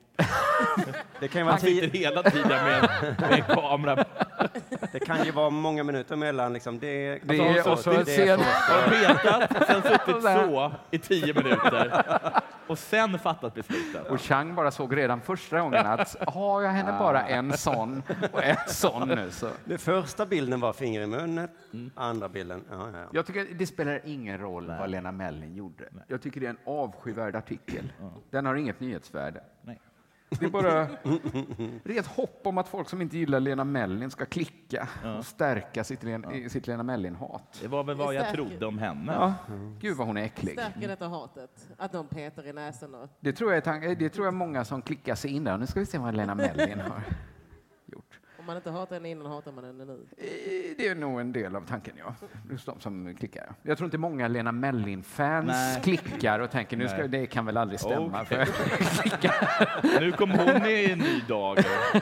Det kan ju vara Han sitter tio, hela tiden med, med en kamera. det kan ju vara många minuter mellan liksom det. Det är alltså, också det- en det är scen. så- Har petat, sen suttit så i tio minuter. Och sen fattat beslutet. Och Chang bara såg redan första gången att har jag henne bara en sån och en sån nu så. Det första bilden var finger i munnen, andra bilden, ja, ja, ja. Jag tycker det spelar ingen roll vad Lena Mellin gjorde. Jag tycker det är en avskyvärd artikel. Den har inget nyhetsvärde. Nej. Det är bara det är ett hopp om att folk som inte gillar Lena Mellin ska klicka och stärka sitt, Len, sitt Lena Mellin-hat. Det var väl vad Det jag stärker. trodde om henne. Ja. Gud vad hon är äcklig. Stärker detta hatet? Att de petar i näsan och... Det tror jag är, tank- det tror jag är många som klickar sig in där. Nu ska vi se vad Lena Mellin har gjort. Om man inte hatar henne innan hatar man henne nu. Eh, Det är nog en del av tanken, ja. Just de som klickar. Jag tror inte många Lena Mellin-fans Nej. klickar och tänker nu ska, Nej. det kan väl aldrig stämma. Okej. För klicka. Nu kom hon i en ny dag.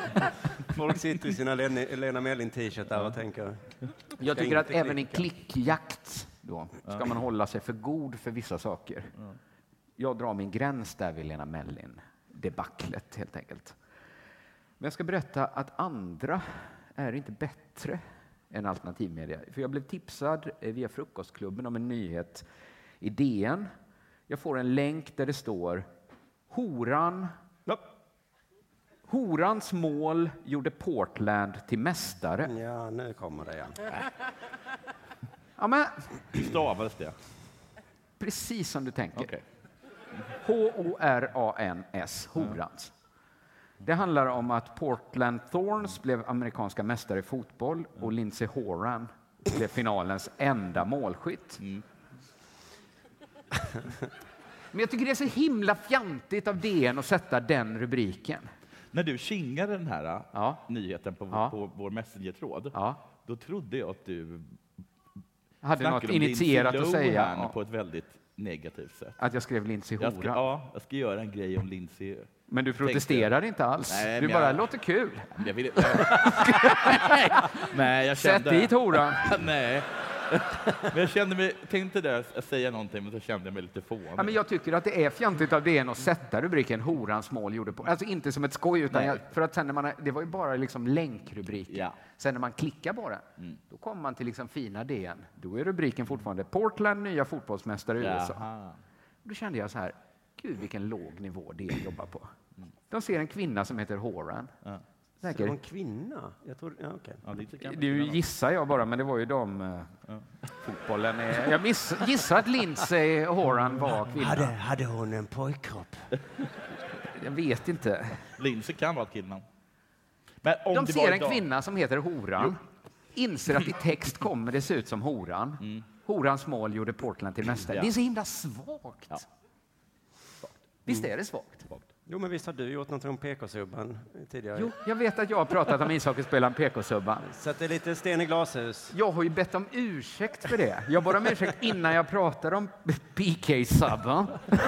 Folk sitter i sina Lena, Lena Mellin-t-shirtar och tänker... Jag tycker inte att även i klicka. klickjakt då, ska man hålla sig för god för vissa saker. Jag drar min gräns där vid Lena Mellin-debaclet helt enkelt. Men jag ska berätta att andra är inte bättre än alternativmedia. För jag blev tipsad eh, via Frukostklubben om en nyhet i D N. Jag får en länk där det står Horan, Horans mål gjorde Portland till mästare. Ja, nu kommer det, ja. Ja, men Stavades det? precis som du tänker. Okej. H O R A N S, Horans. Det handlar om att Portland Thorns blev amerikanska mästare i fotboll och Lindsey Horan blev finalens enda målskytt. Men jag tycker det är så himla fjantigt av D N att sätta den rubriken. När du kingade den här Ja. nyheten på, Ja. på vår Messenger-tråd, Ja. då trodde jag att du Hade något snackade om initierat Lindsay att säga. Lohan Ja. på ett väldigt negativt sätt. Att jag skrev Lindsey Jag ska, Horan. ja, jag ska göra en grej om Lindsay. Men du protesterar inte alls. Nej, du men bara jag- låter kul. Jag ville... Nej, jag Sätt kände... dit Horan. Nej. Men jag kände mig, tänkte där att säga någonting, men så kände jag mig lite fånig. Ja, men jag tycker att det är fjantigt av D N att sätta rubriken Horans mål gjorde på. Alltså inte som ett skoj, utan Nej. jag, för att sen när man, det var ju bara liksom länkrubriken. Ja. Sen när man klickar på den, då kommer man till liksom fina D N. Då är rubriken fortfarande Portland, nya fotbollsmästare i U S A. Jaha. Då kände jag så här, gud vilken låg nivå D N jobbar på. De ser en kvinna som heter Horan. Ja. Det var en kvinna? Jag tror, ja, okay. Ja, det, kan Det gissar jag bara, men det var ju de uh, ja. fotbollen. Är, jag miss, gissar att Lindsay Horan var kvinna. Hade, hade hon en pojkkropp? Jag vet inte. Lindsay kan vara ett killnamn. Men om de det ser var en idag... kvinna som heter Horan. Jo. Inser att i text kommer det se ut som Horan. Mm. Horans mål gjorde Portland till mästare. Ja. Det är så himla svagt. Ja. Svagt. Visst är det svagt? svagt. Jo, men visst har du gjort något om P K-subban tidigare? Jo, jag vet att jag har pratat om ishockeyspelaren P K-subban. Så att det är lite sten i glashus. Jag har ju bett om ursäkt för det. Jag bad om ursäkt innan jag pratade om P K-subban.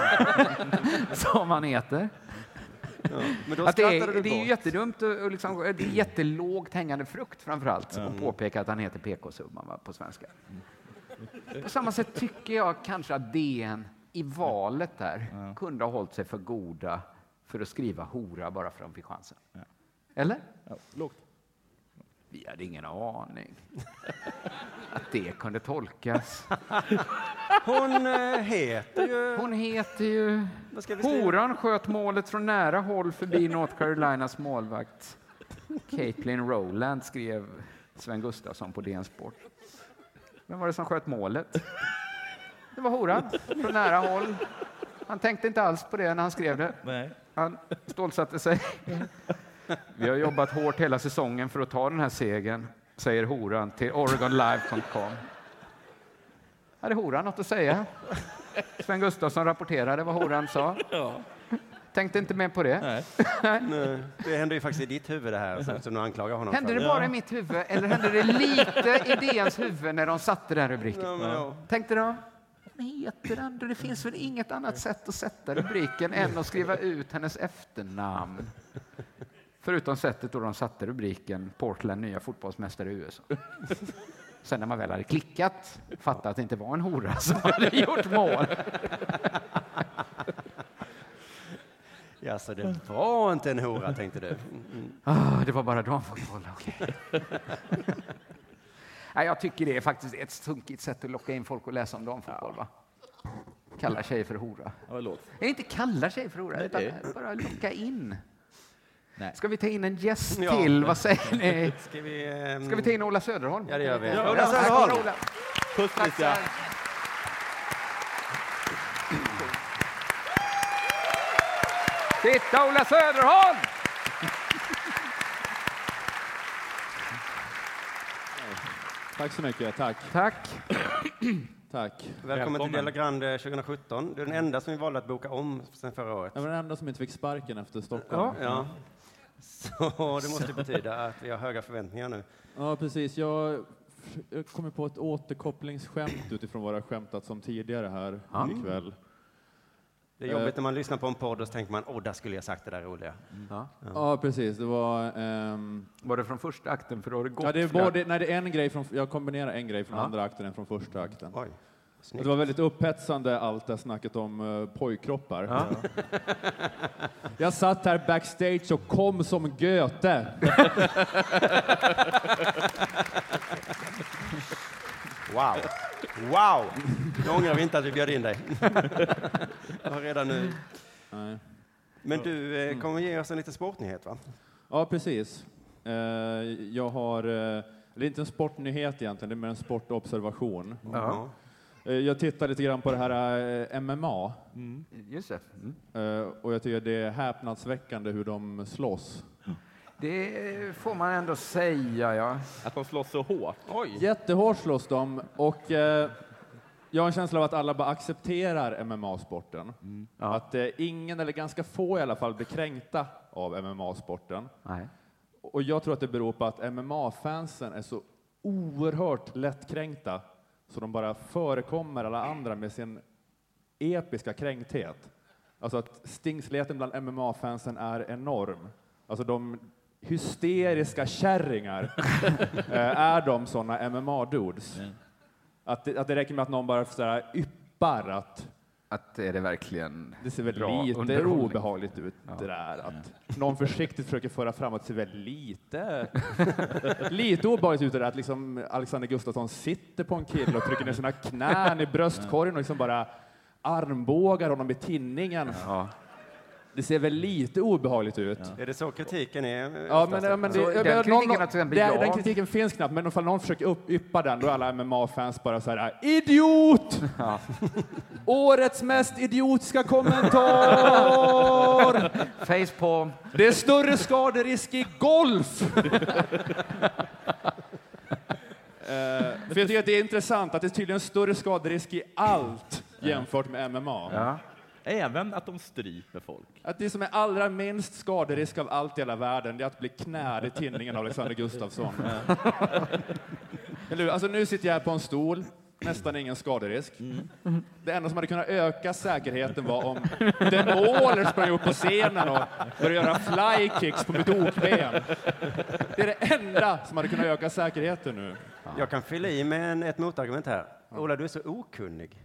Som han heter. Ja, men då att det är, du det är ju jättedumt och, och liksom, det är jättelågt hängande frukt framförallt mm. att påpeka att han heter P K-subban på svenska. Mm. På samma sätt tycker jag kanske att D N i valet där mm. kunde ha hållit sig för goda för att skriva hora bara för att de fick chansen. Ja. Eller? Ja, lågt. Vi hade ingen aning att det kunde tolkas. Hon äh, heter ju... Hon heter ju... Horan sköt målet från nära håll förbi North Carolinas målvakt. Caitlin Rowland, skrev Sven Gustafsson på D N Sport. Vem var det som sköt målet? Det var Horan, från nära håll. Han tänkte inte alls på det när han skrev det. Nej. Han stålsatte sig. Vi har jobbat hårt hela säsongen för att ta den här segern, säger Horan till Oregon Live punkt com. Hade Horan något att säga? Sven Gustafsson rapporterade vad Horan sa. Ja. Tänkte inte mer på det. Nej. Nej. Det hände ju faktiskt i ditt huvud det här, som du anklagar honom hände för. Det bara ja. i mitt huvud, eller hände det lite i D N:s huvud när de satte den rubriken? Ja, men, ja. Tänkte de, vad heter den? Det finns väl inget annat sätt att sätta rubriken än att skriva ut hennes efternamn. Förutom sättet då de satte rubriken Portland, nya fotbollsmästare i U S A. Sen när man väl hade klickat, fattade att det inte var en hora som hade gjort mål. Ja, så det var inte en hora, tänkte du. Mm. Ah, det var bara damfotboll, okej. Okay. Nej, jag tycker det är faktiskt ett sunkigt sätt att locka in folk och läsa om damfotboll, va? Kalla tjejer för hora. Ja, låt. Jag inte kalla tjejer för hora, utan bara locka in. Nej. Ska vi ta in en gäst ja. till? Vad säger ni? Ska vi, um... Ska vi ta in Ola Söderholm? Ja, det gör vi. Ja, Ola Söderholm! Ola. Puss, ja. Titta, Ola Söderholm! Tack så mycket, tack. Tack. Tack. Välkommen, Välkommen till Dela Grande tjugo sjutton. Du är den enda som vi valde att boka om sen förra året. Jag var den enda som inte fick sparken efter Stockholm. Ja. ja. Så det måste betyda att vi har höga förväntningar nu. Ja, precis. Jag, jag kommer på ett återkopplingsskämt utifrån vad jag skämtat som tidigare här mm. ikväll. Det är jobbigt uh, när man lyssnar på en podd och så tänker man, åh, där skulle jag sagt det där roliga. Mm. Ja. Ja. ja, precis. Det var... Um, var det från första akten? För då har det gått ja, det var det, nej, det är en grej från... Jag kombinerar en grej från ja. andra akten än från första akten. Oj. Det var väldigt upphetsande allt det snacket om uh, pojkkroppar. Ja. Jag satt här backstage och kom som Göte. Wow. Wow! Jag ångrar inte att vi bjöd in dig. Jag har redan nu. Nej. Men du eh, kommer ge oss en liten sportnyhet, va? Ja, precis. Eh, jag har... Eh, det är inte en sportnyhet egentligen, det är mer en sportobservation. Ja. Eh, jag tittar lite grann på det här eh, M M A. Mm. Just det. Mm. Eh, och jag tycker det är häpnadsväckande hur de slåss. Det får man ändå säga, ja. Att de slåss så hårt. Oj. Jättehårt slåss de. Och eh, jag har en känsla av att alla bara accepterar M M A-sporten. Mm. Ja. Att eh, ingen, eller ganska få i alla fall, blir kränkta av M M A-sporten. Nej. Och jag tror att det beror på att M M A-fansen är så oerhört lättkränkta så de bara förekommer alla andra med sin episka kränkthet. Alltså att stingsligheten bland M M A-fansen är enorm. Alltså de hysteriska kärringar är de såna M M A-dudes. Mm. Att, det, att det räcker med att någon bara sådär yppar att... Att är det verkligen det ser väl lite obehagligt ut ja. det där. Att ja. någon försiktigt försöker föra fram att det ser väl lite... lite obehagligt ut det där att liksom Alexander Gustafsson sitter på en kille och trycker ner sina knän i bröstkorgen och liksom bara armbågar honom i tinningen. Ja. det ser väl lite obehagligt ut. Ja. Är det så kritiken är? Ja, men, ja, men det, så jag, den, någon, kritiken att det, jag... den kritiken finns knappt, men ifall någon försöker upp, yppa den, då är alla M M A-fans bara så här: idiot! Ja. Årets mest idiotiska kommentar! Facepalm. Det är större skaderisk i golf! uh, för jag tycker att det är intressant att det är tydligen större skaderisk i allt jämfört med M M A. Ja. Även att de stryper folk. Att det som är allra minst skaderisk av allt i hela världen, det är att bli knäd i tinningen av Alexander Gustafsson. Eller hur? Alltså nu sitter jag här på en stol, nästan ingen skaderisk. Mm. Det enda som hade kunnat öka säkerheten var om demoler sprang upp på scenen och började göra flykicks på mitt okben. Det är det enda som hade kunnat öka säkerheten nu. Jag kan fylla i med en, ett motargument här. Ola, du är så okunnig.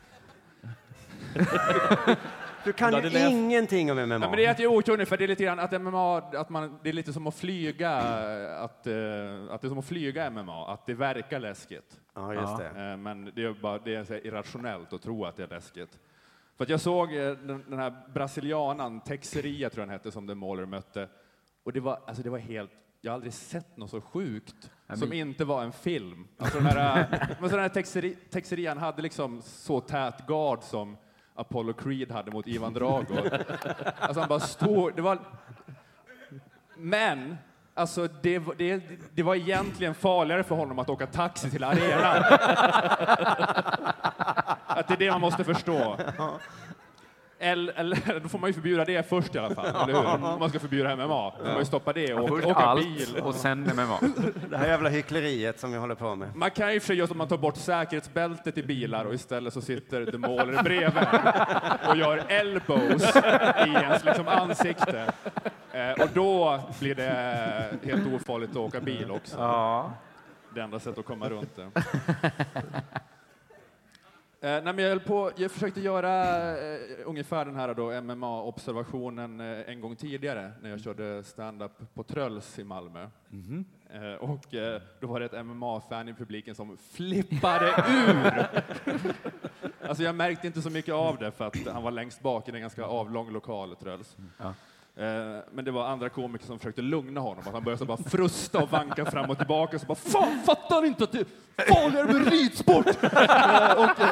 Du kan ju läst... ingenting om M M A. Ja, men det är att jag är okunnig, för det är lite grann att M M A, att man, det är lite som att flyga, att, uh, att det är som att flyga M M A, att det verkar läskigt. Ja, just det. Uh, men det är bara det är så irrationellt att tro att det är läskigt. För att jag såg uh, den, den här brasilianan, Teixeira tror jag han hette, som Demoler mötte. Och det var, alltså det var helt, jag har aldrig sett något så sjukt ja, som inte var en film. Alltså den här, men så den här Teixeira, Teixeira hade liksom så tät gard som Apollo Creed hade mot Ivan Drago. Alltså han bara stod, det var... Men, alltså det, det, det var egentligen farligare för honom att åka taxi till arenan. Att det är det man måste förstå. Eller, eller då får man ju förbjuda det först i alla fall, eller hur? Om man ska förbjuda M M A, då får man ju stoppa det och först åka allt bil. Och sen M M A. Det här jävla hyckleriet som vi håller på med. Man kan ju för just om man tar bort säkerhetsbältet i bilar och istället så sitter Demoler bredvid och gör elbows i ens liksom ansikte. Eh, och då blir det helt ofarligt att åka bil också. Ja. Det enda sättet att komma runt det. Eh, nej, men jag, höll på, jag försökte göra eh, ungefär den här då, M M A-observationen eh, en gång tidigare när jag körde stand-up på Tröls i Malmö. Mm-hmm. eh, och eh, då var det ett M M A-fan i publiken som flippade ur. Alltså jag märkte inte så mycket av det för att han var längst bak i en ganska avlång lokal, Tröls. Ja. Men det var andra komiker som försökte lugna honom. Att han började så bara frusta och vanka fram och tillbaka. Så bara, fan, fattar inte att det är farligare med ridsport! och,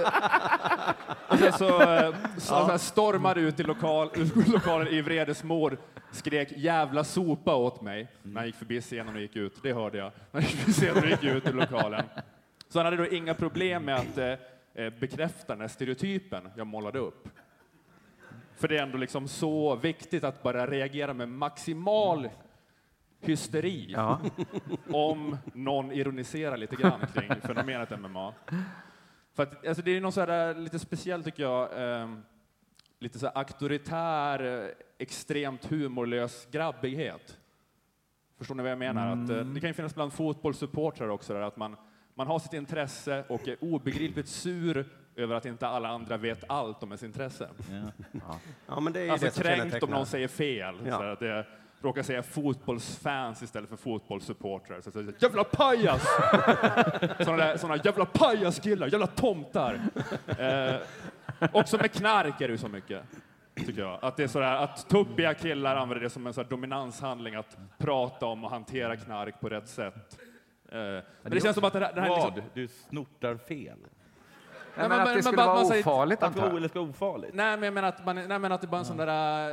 och sen så, så, ja. så stormade ut i lokal, lokalen i vredesmål. Skrek jävla sopa åt mig. När han gick förbi scenen och gick ut. Det hörde jag. När han gick förbi scenen och gick ut i lokalen. Så han hade då inga problem med att eh, bekräfta den här stereotypen jag målade upp. För det är ändå liksom så viktigt att bara reagera med maximal hysteri ja. om någon ironiserar lite grann kring fenomenet M M A. För att, alltså det är något så här lite speciellt tycker jag, eh, lite så här auktoritär, extremt humorlös grabbighet. Förstår ni vad jag menar? Mm. Att, eh, det kan ju finnas bland fotbollssupportrar också där, att man, man har sitt intresse och är obegripligt sur över att inte alla andra vet allt om ens intresse. Ja. Ja. Ja, men det är alltså det kränkt om någon säger fel. Ja. Så att det råkar säga fotbollsfans istället för fotbollssupportrar. Så att det, jävla pajas! såna, där, såna jävla pajaskillar, jävla tomtar. Eh, också med knark är det ju så mycket, tycker jag. Att det är sådär, att tubbiga killar använder det som en sån dominanshandling att prata om och hantera knark på rätt sätt. Eh, men det, det känns som att det här... Det här vad? Liksom, du snortar fel. Nej, men, men att det skulle men, vara man, ofarligt, att det ska ofarligt. Nej, men jag menar att, man, nej, men att det bara är en sån där...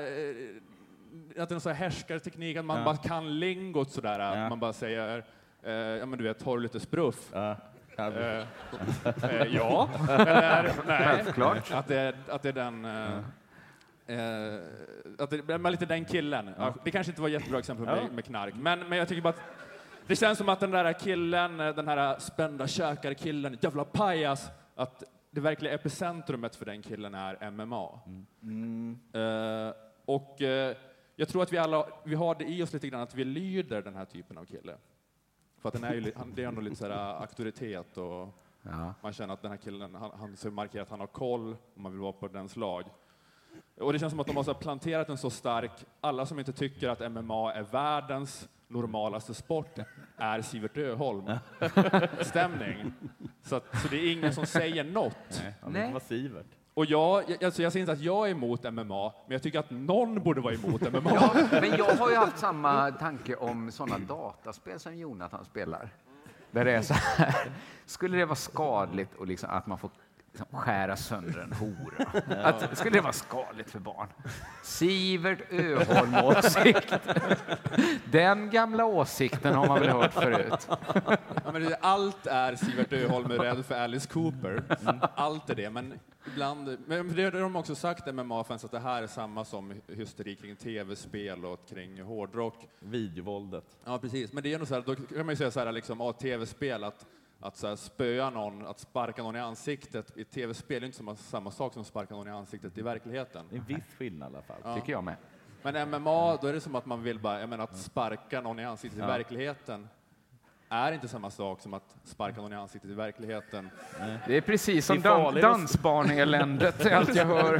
Äh, att det är en sån här härskarteknik, att man ja. bara kan lingot sådär. Ja. Att man bara säger, äh, ja men du vet, har du lite spruff? Ja. Äh, äh, ja. Eller, nej. Självklart. Att det, att det är den... Äh, äh, att det är lite den killen. Ja. Det kanske inte var ett jättebra exempel med, med knark. Men, men jag tycker bara att det känns som att den där killen, den här spända käkar-killen, jävla pajas, att det verkliga epicentrumet för den killen är M M A. Mm. Mm. Uh, och uh, jag tror att vi alla vi har det i oss lite grann att vi lyder den här typen av kille. För att den är ju, han, det är ändå lite så här auktoritet och ja. man känner att den här killen, han, han så markerar att han har koll om man vill vara på dens lag. Och det känns som att de har så planterat en så stark, alla som inte tycker att M M A är världens normalaste sport är Sivert Öholm. Stämning. Så, att, så det är ingen som säger något. Nej, han Nej. Var Sivert. Och jag, alltså jag säger inte att jag är emot M M A, men jag tycker att någon borde vara emot M M A. Ja, men jag har ju haft samma tanke om sådana dataspel som Jonathan spelar. Där det är så här, skulle det vara skadligt och liksom att man får liksom skära sönder en hora? Att, skulle det vara skadligt för barn? Sivert Öholm åsikt. Den gamla åsikten har man väl hört förut. Ja, men det, allt är Sivert Öholm är rädd för Alice Cooper. Mm. Allt är det, men ibland... Men det har de också sagt, M M A-fans, att det här är samma som hysteri kring tv-spel och kring hårdrock. Videovåldet. Ja, precis. Men det är nog så här, då kan man ju säga så här, liksom, ja, tv-spel, att Att så här, spöa någon, att sparka någon i ansiktet i tv-spel är inte samma, samma sak som att sparka någon i ansiktet i verkligheten. En viss skillnad i alla fall. Ja. Tycker jag med. Men M M A, då är det som att man vill bara, jag menar, att sparka någon i ansiktet Ja. i verkligheten är inte samma sak som att sparka någon i ansiktet i verkligheten. Nej. Det är precis som Det är dan- farligt. dansbarneländet, det är allt jag hör.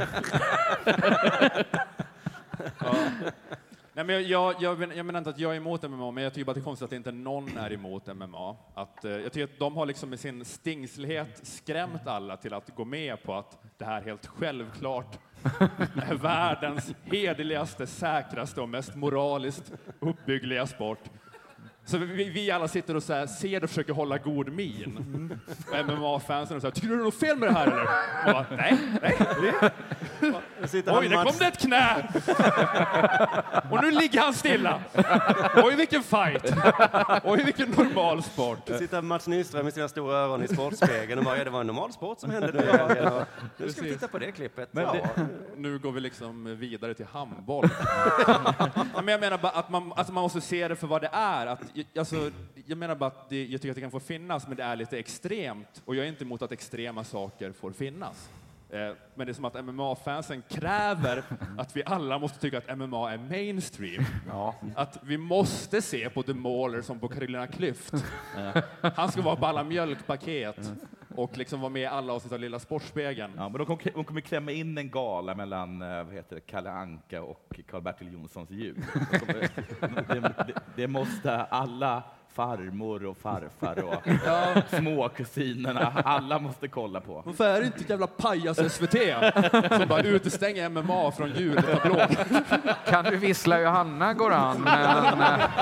Ja. Nej, men jag, jag, jag, jag menar inte att jag är emot M M A, men jag tycker bara att det är konstigt att inte någon är emot M M A. Att, eh, jag tycker att de har liksom med sin stingslighet skrämt alla till att gå med på att det här helt självklart är världens hederligaste, säkraste och mest moraliskt uppbyggliga sport. Så vi, vi alla sitter och så här, ser och försöker hålla god min. Och M M A-fansen och så här, tycker du det är något fel med det här eller? Och bara, nej, nej. Det... Oj, där kom det ett knä! Och nu ligger han stilla. Oj, vilken fight! Oj, vilken normal sport. Nu sitter Mats Nyström med sina stora öron i sportspegeln och bara, ja, det var en normal sport som hände nu. Ja, nu ska vi titta på det klippet. Men det, Ja. Nu går vi liksom vidare till handboll. Men jag menar bara att man, alltså man måste se det för vad det är. Att, alltså, jag menar bara att det, jag tycker att det kan få finnas, men det är lite extremt. Och jag är inte emot att extrema saker får finnas. Eh, men det är som att M M A-fansen kräver att vi alla måste tycka att M M A är mainstream. Ja. Att vi måste se på The Mauler som på Carolina Klüft. Han ska vara på alla mjölkpaket och liksom vara med i alla avsnitt av Lilla Sportspegeln. ja, men de kommer, de kommer klämma in en gala mellan eh, vad heter det, Kalle Anka och Karl-Bertil Jonssons jul. Det, det, det, det måste alla farmor och farfar och ja. småkusinerna, alla måste kolla på. Varför är det inte ett jävla pajas S V T som bara utestänger M M A från jultablån? Kan du vissla Johanna går an, men...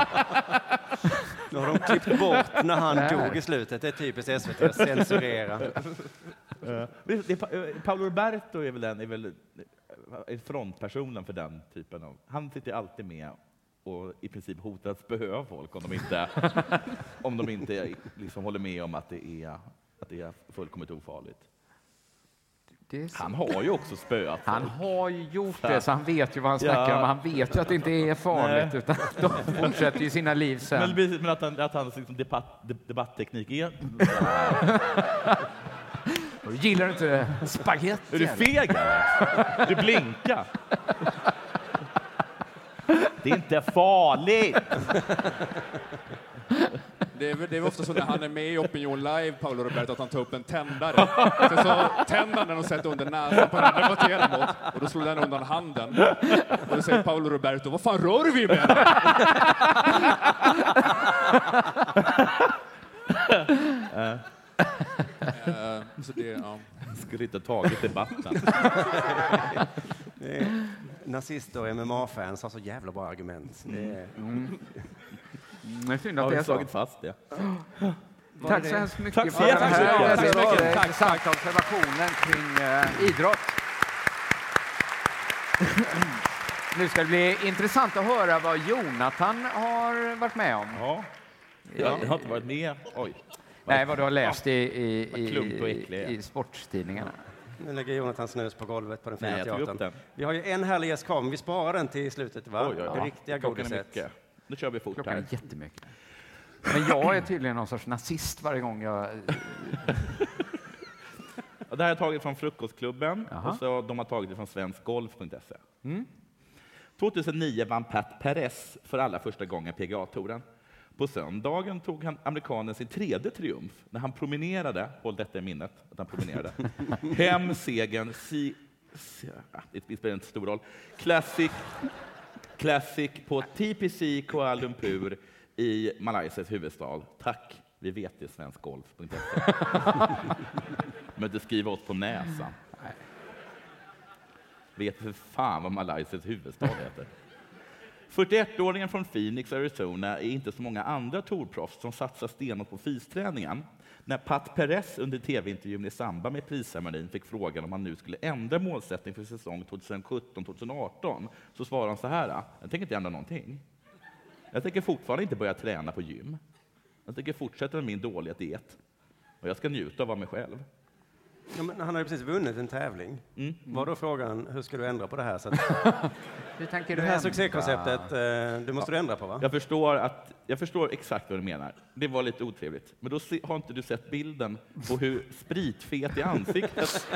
Nu har de klippt bort när han dog i slutet. Det är typiskt S V T att censurera. Uh, det, det, uh, Paolo Roberto är väl, den, är väl är frontpersonen för den typen av... Han sitter alltid med och i princip hotar att spöa folk om de inte, om de inte liksom håller med om att det är, att det är fullkomligt ofarligt. Han har ju också spöat folk. Han har ju gjort det, så han vet ju vad han snackar Ja. om. Han vet ju att det inte är farligt, Nej. utan de fortsätter ju sina liv sen. Men, men att, han, att hans liksom debatt, debattteknik är... Och du gillar inte spaghetti? Är du feg eller? Du blinkar. Det är inte farligt. Det är, det är ofta så när han är med i Opinion Live, Paolo Roberto, att han tar upp en tändare. Sen så tänder han den och sätter under näsan på den han debatterar mot. Och då slår den undan handen. Och då säger Paolo Roberto, vad fan rör vi med? uh. uh, så det, ja. Skulle inte ha tagit debatten. Nazister och M M A-fans har så jävla bra argument. Det är... Mm. Det är synd att Har det är vi så. slagit fast det? Tack så hemskt mycket Tack så för den jättemycket. här Tack så väldigt mycket. eh, intressanta observationen kring uh, idrott. Nu ska det bli intressant att höra vad Jonathan har varit med om. Ja. Jag har inte varit med. Oj. Nej, vad du har läst i, i, Vad klump och i, äcklig. i sportstidningarna. Nu lägger Jonathan snus på golvet på den fina Nej, jag tog upp teatern. den. Vi har ju en härlig gäst kvar, men vi sparar den till slutet, va? Oj, oj, oj. Det riktiga Klockan är godiset. mycket. Nu kör vi fort Klockan här. är jättemycket. Men jag är tydligen någon sorts nazist varje gång jag... Och det här har jag tagit från Frukostklubben. Jaha. Och så de har tagit det från svenskgolf punkt se. Mm. tjugohundranio vann Pat Perez för alla första gången P G A-touren. På söndagen tog han amerikanen sin tredje triumf när han promenerade, håll detta i minnet, att han promenerade, hem segern, si, si, ah, det spelar inte stor roll, Classic, Classic på T P C Kuala Lumpur i Malaysias huvudstad. Tack, vi vet det, svenskgolf punkt se. Men inte skriva oss på näsan. Vet för fan vad Malaysias huvudstad heter. fyrtioettåringen från Phoenix, Arizona är inte så många andra tourproffs som satsar stenhårt på fysträningen. När Pat Perez under tv-intervjun i samband med prisceremonin fick frågan om han nu skulle ändra målsättning för säsong tjugosjutton tjugoarton så svarade han så här: jag tänker inte ändra någonting. Jag tänker fortfarande inte börja träna på gym. Jag tänker fortsätta med min dåliga diet. Och jag ska njuta av mig själv. Ja, men han har ju precis vunnit en tävling. Mm. Var då frågan, hur ska du ändra på det här? Så att Hur tänker det du här ändra? succékonceptet, eh, det måste ja. du ändra på, va? Jag förstår, att, jag förstår exakt vad du menar. Det var lite otrevligt. Men då se, har inte du sett bilden på hur spritfet i ansiktet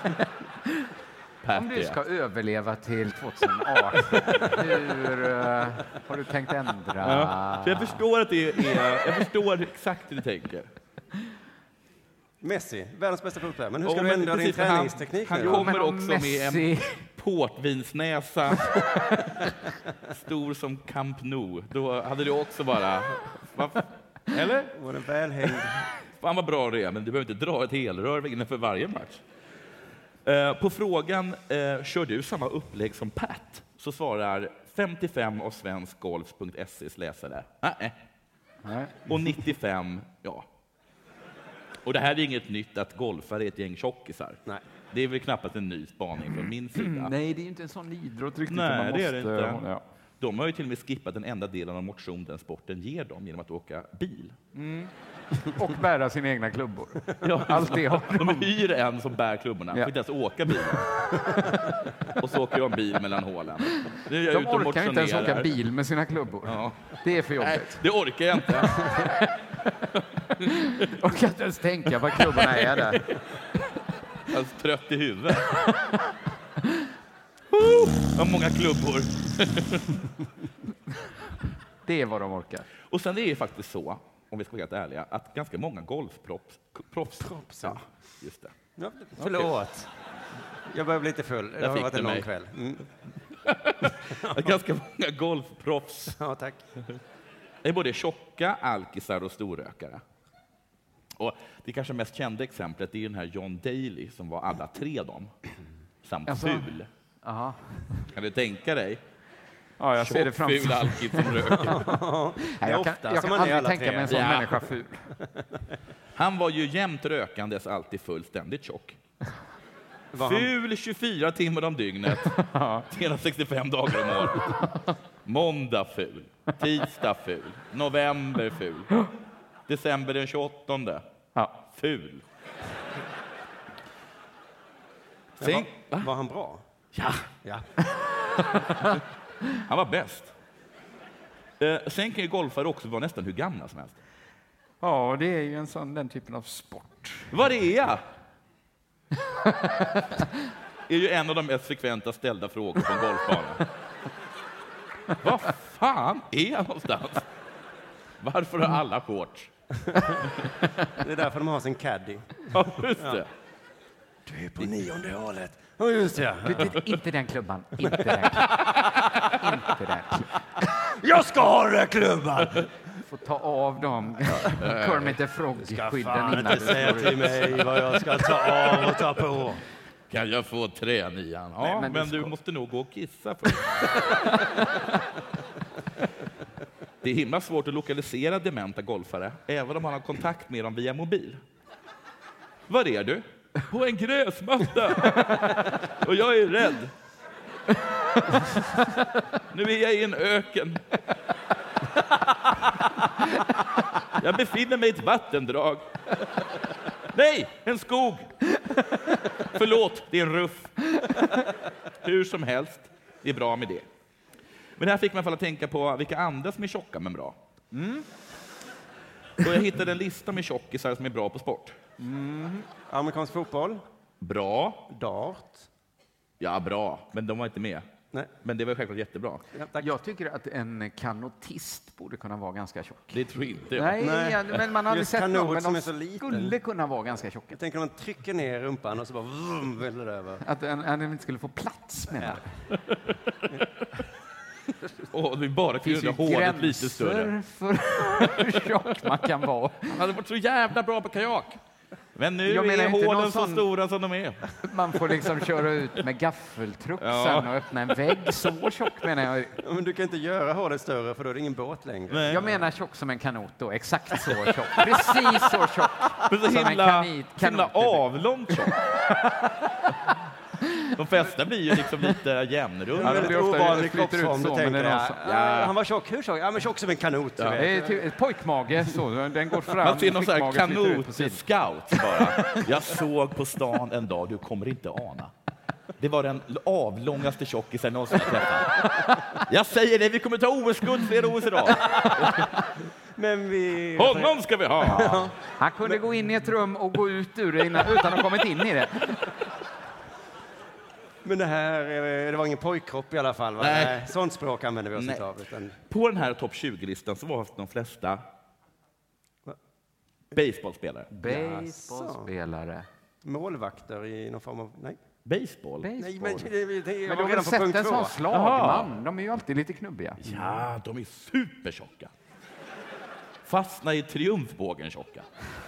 Om du ska överleva till tjugoarton, hur uh, har du tänkt ändra? Ja, för jag förstår att det är, jag förstår exakt hur du tänker. Messi, världens bästa fotbollsspelare. Men hur ska oh, du ändra precis, din träningsteknik han, nu? Han kommer men också Messi... med en portvinsnäsa, stor som Camp Nou. Då hade du också bara... Va? Eller? Var det välhängd? Fan vad bra det är, men du behöver inte dra ett helrör inför varje match. Uh, på frågan, uh, kör du samma upplägg som Pat? Så svarar femtiofem av svenskgolf punkt se's läsare. Nej. Nej. Och nittiofem, ja. Och det här är inget nytt att golfare är ett gäng tjockisar. Nej. Det är väl knappast en ny spaning från min sida. Nej, det är ju inte en sån idrott riktigt. Nej, man det måste, är det inte. Ja. De har ju till och med skippat den enda delen av motion den sporten ger dem genom att åka bil. Mm. Och bära sina egna klubbor. Ja, allt det har de hyr en som bär klubborna, ja. får inte ens åka bilen. Och så åker de bil mellan hålen. Nu är jag de ute och orkar inte ens motionerar. åka bil med sina klubbor. Ja. Det är för jobbigt. Nej, det orkar jag inte. Och kan inte ens tänka vad klubborna är där. Jag är trött i huvudet. Oh, vad många klubbor. Det är vad de orkar. Och sen är det faktiskt så, om vi ska vara helt ärliga, att ganska många golfproffs... Proffs, Proffs, ja, just det. Ja, förlåt. Jag börjar bli lite full. Det Där har fick varit du en lång mig. kväll. Mm. Ganska många golfproffs Ja, tack. är både tjocka, alkisar och storrökare. Och det kanske mest kända exemplet är den här John Daly som var alla tre dem. Samt Alltså. ful. Aha. Kan du tänka dig? Ja, jag ser det Tjock, framför ful alkis som röker. Nej, jag kan, ofta jag som kan man är aldrig alla tänka tre. mig en sån Ja. människa ful. Han var ju jämt rökandes, alltid fullständigt tjock. Var han, Ful tjugofyra timmar om dygnet, trehundrasextiofem dagar om året. Måndag ful, tisdag ful, november ful, december den tjugoåttonde Ja. ful. var, Sen, va? var han bra? Ja, Ja. han var bäst. Eh, sen kan ju golfare också vara nästan hur gamla som helst. Ja, det är ju en sån, den typen av sport. Vad är jag? är ju en av de mest frekventa ställda frågor på en golfbana. Vad fan är jag någonstans? Varför har alla shorts? Det är därför de har sin caddy. Ja, just det. Du är på nionde hålet. Ja, just det. Inte den klubban. Inte den klubban. Inte den klubban. Jag ska ha den där klubban! Får ta av dem Kermit the Ska Frog-skydden fan innan inte du säga slår till ut. mig vad jag ska ta av och ta på. Kan jag få tränian? Ja, Nej, men, men du du ska- måste nog gå och kissa först. Det är himla svårt att lokalisera dementa golfare, även om man har kontakt med dem via mobil. Var är du? På en gräsmatta. Och jag är rädd. Nu är jag i en öken. Jag befinner mig i ett vattendrag. Nej, en skog. Förlåt, det är en ruff. Hur som helst, det är bra med det. Men här fick man i alla fall tänka på vilka andra som är tjocka men bra. Mm. Så jag hittade en lista med tjockisar som är bra på sport. Mm. Amerikansk fotboll. Bra. Dart. Ja, bra. Men de var inte med. Nej. Men det var självklart jättebra. Ja, tack. Jag tycker att en kanotist borde kunna vara ganska tjock. Det tror inte jag. Nej, Nej. ja, men man har aldrig Just sett kanot någon, men som de är så liten. skulle kunna vara ganska tjocka. Jag tänker om man trycker ner rumpan och så bara vroom, väller det över. Att en, en inte skulle få plats med Ja. det. Och vi bara Det finns kunde ju ha hålet lite större. gränser för hur tjock man kan vara. Han hade varit så jävla bra på kajak. Men nu Jag menar är inte hålen någon så sån- stora som de är. Man får liksom köra ut med gaffeltruck Ja. sen och öppna en vägg. Så tjock menar jag. Ja, men du kan inte göra hålet större för då är det ingen båt längre. Nej. Jag menar tjock som en kanot då. Exakt så tjock. Precis så tjock. Men så Som en himla, kanit- så himla kanot. avlångt tjock. De flesta blir ju liksom lite jämnrunda. Ja, det blir ofta ovanlig flyter ut kroppsform. så, Du men tänker, det är någon ja, som- ja, han var tjock. Hur tjock? Ja, men tjock som en kanot. du Ja. vet. Det är ty- ett pojkmage. Så. Den går fram. Man ser någon sån här flickmage flyter ut på sidan. kanot-scout bara. Jag såg på stan en dag, du kommer inte ana. Det var den avlångaste tjockisen jag någonsin träffat. Jag säger det, vi kommer ta O S-guld flera O S idag. Men vi... Honom ska vi ha! Han kunde gå in i ett rum och gå ut ur det innan, utan att ha kommit in i det. Men det här, eh, det var ingen pojkkropp i alla fall. Va? Nej. Nej. Sånt språk använder vi oss Nej. inte av. Utan... På den här topp tjugo-listan så var de flesta baseballspelare. Baseballspelare. Målvakter i någon form av... Nej. Baseball? Nej, men Baseball. det, det, det, jag Men var du har redan väl på punkt sett en två. sån slagman? De är ju alltid lite knubbiga. Ja, de är supertjocka. Fastna i triumfbågen tjocka.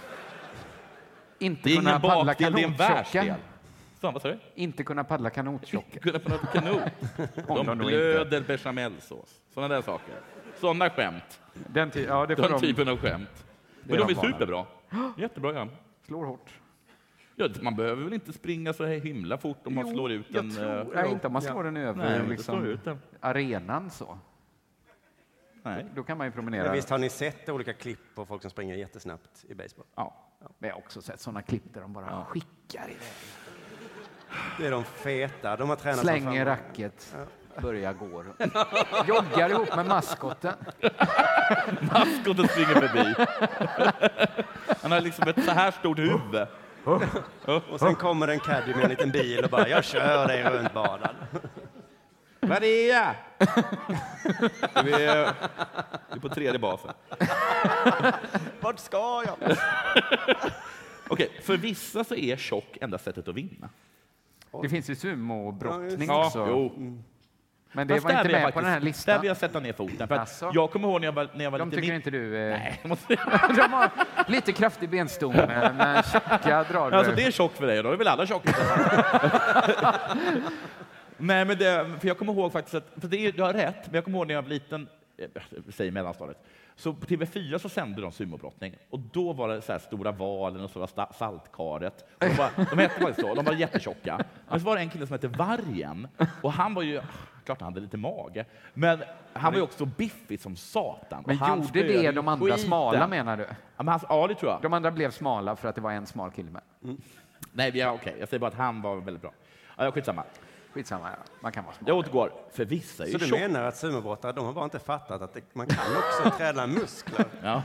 Inte Det är kunna ingen paddla bakdel, det är en världsdel. kanottjocka. Så, vad sa du? Inte kunna paddla kanottjocka. Kunna på något kanot. Om De de då blöder bechamelsås. Sådana där saker. Sådana skämt. Den, ty- ja, det får Den de typen av skämt. Men är de de är vana. superbra. Jättebra, ja. slår hårt. Ja, man behöver väl inte springa så här himla fort om man Jo, slår ut jag en... tror, eh, nej, inte om man slår den över Nej, inte liksom, slår ut den. arenan så. Nej. Då kan man ju promenera. Men visst har ni sett olika klipp på folk som springer jättesnabbt i baseball? Ja. Men jag har också sett sådana klipp där de bara skickar iväg. Det är de feta. De har tränat som Slänger fan. racket, börjar gå. Joggar ihop med maskotten. Maskoten springer förbi. Han har liksom ett så här stort huvud. Och sen kommer en caddy med en liten bil och bara, jag kör dig runt banan. Maria! Vi är, vi är på tredje basen. Vart ska jag? Okej, för vissa så är tjock enda sättet att vinna. Det finns ju sumobrottning Ja, också. jo. Men det Fast var där inte vill jag med på faktiskt- den här Där listan. vill jag sätta ner foten. För att Alltså? jag kommer ihåg när jag var, när jag var De lite tycker min- inte du är... Nej, jag måste... De har lite kraftig benstomme, men tjocka drar du. Alltså det är tjockt för dig, då är väl alla tjocka. Nej, men det, för jag kommer ihåg faktiskt att, för det är, du har rätt, men jag kommer ihåg när jag var liten, eh, säg mellanstadiet, så på T V fyra så sände de sumobrottning och då var det så här Stora Valen och så var sta- Saltkaret. Och de, var, de hette faktiskt så, de var jättetjocka. Men så var det en kille som hette Vargen och han var ju, klart han hade lite mage, men han var ju också biffig som satan. Men och han gjorde spöade det ju de andra skiten. smala, menar du? Ja, men han, ja, det tror jag. De andra blev smala för att det var en smal kille med. Nej, ja, okej, jag säger bara att han var väldigt bra. Ja, skitsamma. Skitsamma, ja. Man kan vara smal. Jag återgår. För vissa är Så ju du tjock. menar att sumobrottare, de har bara inte fattat att det, man kan också träna muskler? Ja.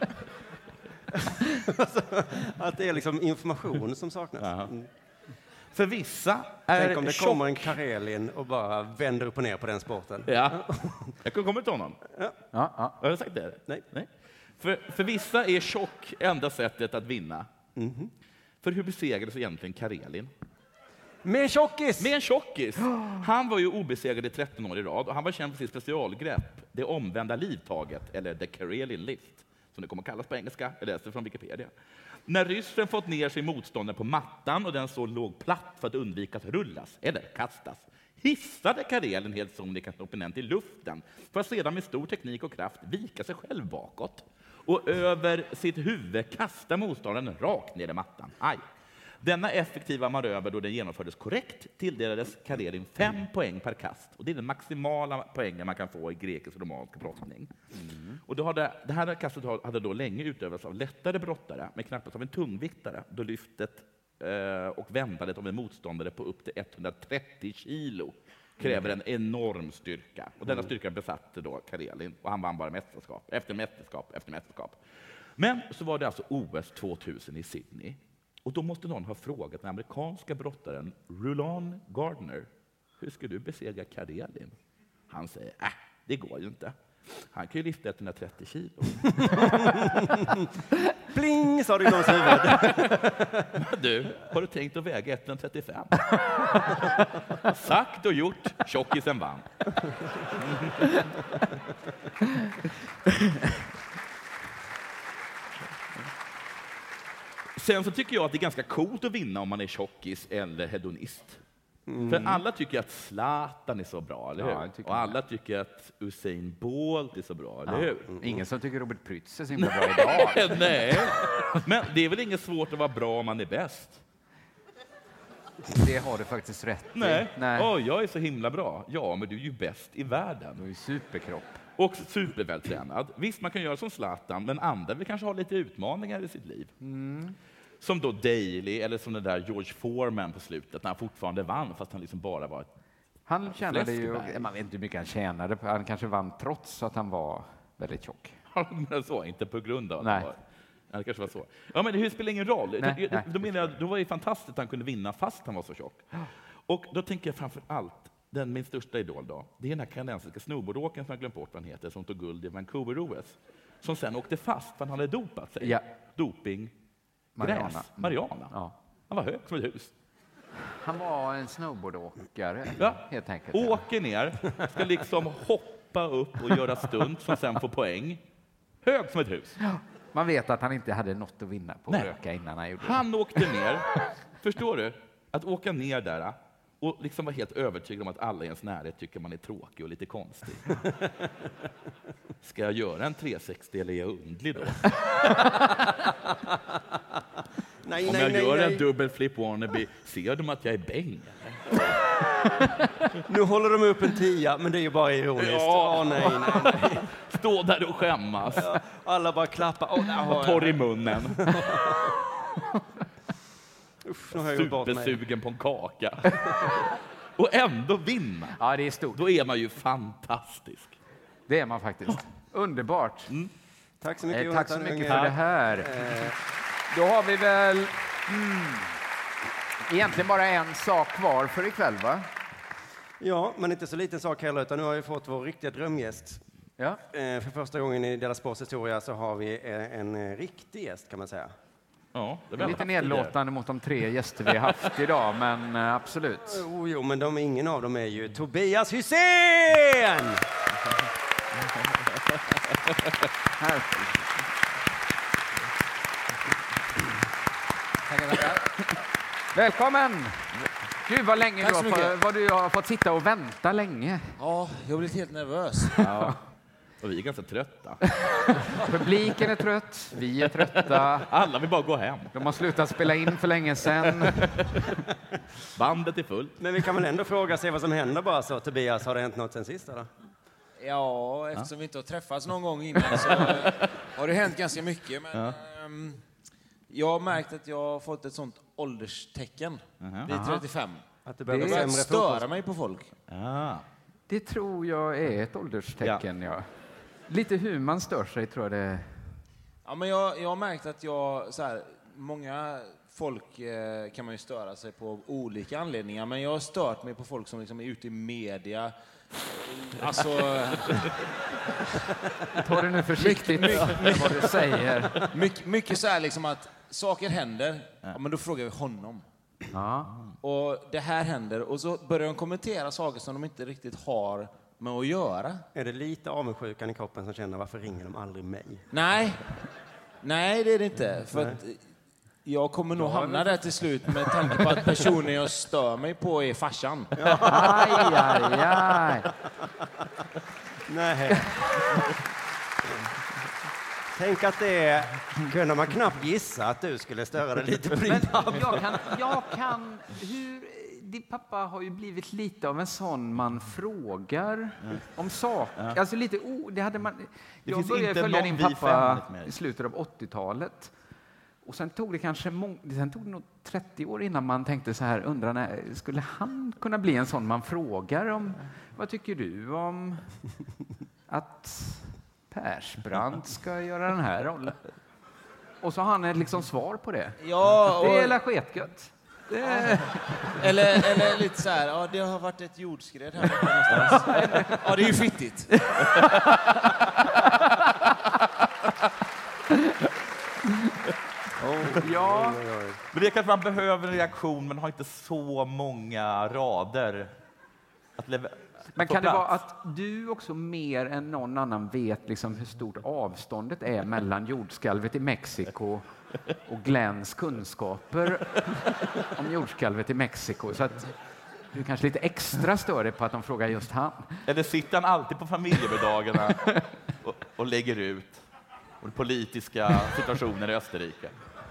Att det är liksom information som saknas? Jaha. Mm. För vissa är Tänk om det tjock... kommer en Karelin och bara vänder upp och ner på den sporten. Ja. Jag kommer till honom. Ja, ja. Har jag sagt det? Nej. Nej. För, för vissa är tjock enda sättet att vinna. Mhm. För hur besegrades egentligen Karelin? Med tjockis! Med en tjockis. Han var ju obesegrad i tretton år i rad och han var känd för sitt specialgrepp, det omvända livtaget, eller the Karelin lift, som det kommer kallas på engelska. Jag läser från Wikipedia. När ryssen fått ner sin motståndare på mattan och den så låg platt för att undvika att rullas eller kastas, hissade Karelin helt sonika sin opponent i luften för att sedan med stor teknik och kraft vika sig själv bakåt och över sitt huvud kasta motståndaren rakt ner i mattan. Aj. Denna effektiva manöver, då den genomfördes korrekt, tilldelades Karelin fem poäng per kast. Och det är den maximala poängen man kan få i grekisk och romansk brottning. Mm. Och då hade, det här kastet hade då länge utövats av lättare brottare, men knappast av en tungviktare, då lyftet eh, och vändandet av en motståndare på upp till etthundratrettio kilo kräver en enorm styrka. Och denna styrka besatte då Karelin, och han vann bara mästerskap efter mästerskap efter mästerskap. Men så var det alltså O S tvåtusen i Sydney. Och då måste någon ha frågat den amerikanska brottaren Rulon Gardner, hur ska du besegra Karelin? Han säger, äh, det går ju inte. Han kan ju lyfta etthundratrettio kilo. Pling, sa du i någons huvud. Men du, har du tänkt att väga etthundratrettiofem? Sagt och gjort, tjockisen vann. Sen så tycker jag att det är ganska coolt att vinna om man är tjockis eller hedonist. Mm. För alla tycker att Zlatan är så bra, eller Ja, hur? jag tycker Och det. alla tycker att Usain Bolt är så bra, eller Ja. hur? Mm. Ingen som tycker Robert Prytz är så himla bra idag. Nej, men det är väl inget svårt att vara bra om man är bäst? Det har du faktiskt rätt i. Nej. Nej. Åh, jag är så himla bra. Ja, men du är ju bäst i Du världen. är ju superkropp. Och supervältränad. Visst, man kan göra som Zlatan, men andra vill kanske ha lite utmaningar i sitt liv. Mm. Som då Daley, eller som den där George Foreman på slutet, när han fortfarande vann, fast han liksom bara var ett... Han tjänade ju, Fläskberg. man vet inte hur mycket han tjänade, han kanske vann trots att han var väldigt tjock. så, inte på grund av att Nej. han var... Ja, det kanske var så. Ja, men det spelar ingen roll. Nej, då, nej. då menar jag, då var det fantastiskt att han kunde vinna fast han var så tjock. Och då tänker jag framför allt, den min största idol då, det är den här kanadensiska snowboardåkaren som jag glömt bort vad han heter, som tog guld i Vancouver-O S. Som sen åkte fast för han hade dopat sig. Ja. Doping. Mariana. Gräs. Mariana. Ja. Han var hög som ett hus. Han var en snowboardåkare, Ja. helt enkelt. Åker ner, ska liksom hoppa upp och göra stunt som sen får poäng. Hög som ett hus. Man vet att han inte hade något att vinna på att Nej. röka innan han gjorde det. Han åkte ner, förstår du? Att åka ner där och liksom vara helt övertygad om att alla i ens närhet tycker man är tråkig och lite konstig. Ska jag göra en tre sextio eller är jag undlig då? Nej, Om nej, jag nej, gör nej. en dubbel flip wannabe, ser de att jag är bäng? Nu håller de upp en tia, men det är ju bara ironiskt. Ja. Åh, nej, nej, nej. Stå där och skämmas. Alla bara klappar. Åh, där har Var jag. torr i munnen. Usch, nu har jag gjort bort mig. Supersugen på en kaka. Och ändå vinna. Ja, det är stort. Då är man ju fantastisk. Det är man faktiskt. Underbart. Tack så mycket, Eh, tack så Jonathan mycket Unge. för det här. Då har vi väl mm, egentligen bara en sak kvar för ikväll, va? Ja, men inte så liten sak heller, utan nu har vi fått vår riktiga drömgäst. Ja. Eh, för första gången i Della Sports historia så har vi eh, en eh, riktig gäst, kan man säga. Ja, det var Lite nedlåtande mot de tre gäster vi har haft idag, men eh, absolut. Oh, jo, men de, ingen av dem är ju Tobias Hysén! Här. Tackar, tackar. Välkommen! Gud, vad länge Tack du så har, mycket. fått, vad du har fått sitta och vänta länge. Ja, jag har blivit helt nervös. Ja. Och vi är ganska trötta. Publiken är trött, vi är trötta. Alla vill bara gå hem. De har slutat spela in för länge sedan. Bandet är fullt. Men vi kan väl ändå fråga sig vad som händer bara så. Tobias, har det hänt något sen sist eller? Ja, eftersom vi inte har träffats någon gång innan så har det hänt ganska mycket. Men, Ja. ehm, jag har märkt att jag har fått ett sånt ålderstecken vid trettiofem. Att det Jag börjar har bli börjat sämre störa fotboll. mig på folk. Ah. Det tror jag är ett ålderstecken, ja. Lite hur man stör sig, tror jag det är. Ja, men jag, jag har märkt att jag, så här, många folk eh, kan man ju störa sig på av olika anledningar, men jag har stört mig på folk som liksom är ute i media. Alltså, Ta det nu försiktigt med vad du säger. mycket, mycket så här liksom att saker händer, ja, men då frågar vi honom. Ja. Och det här händer, och så börjar de kommentera saker som de inte riktigt har med att göra. Är det lite avundsjukan i kroppen som känner varför ringer de aldrig mig? Nej, nej det är det inte. För att jag kommer nog hamna där till slut med tanke på att personen jag stör mig på är farsan. Aj, aj, aj. Nej. Tänk att det kunde man knappt gissa att du skulle störa dig lite på din pappa. Jag kan, jag kan, hur, din pappa har ju blivit lite av en sån man frågar om saker. Alltså lite, o, det hade man, jag finns började inte följa någon din vi pappa femmet med. i slutet av åttiotalet. Och sen tog det kanske mång, sen tog det nog trettio år innan man tänkte så här, undrar när, skulle han kunna bli en sån man frågar om, vad tycker du om att Persbrandt ska göra den här rollen? Och så har han ett liksom svar på det. Ja, Det är och, hela sketgött. Det är... eller, eller lite så här, ja det har varit ett jordskred här borta någonstans. Ja, det är ju fittigt. Ja, Men det är kanske man behöver en reaktion, men har inte så många rader. Att leve- Men på kan det plats. vara att du också mer än någon annan vet liksom hur stort avståndet är mellan jordskalvet i Mexiko och Glenns kunskaper om jordskalvet i Mexiko? Så att du kanske lite extra stör dig på att de frågar just han. Eller sitter han alltid på familjemiddagarna och, och lägger ut och politiska situationer i Österrike?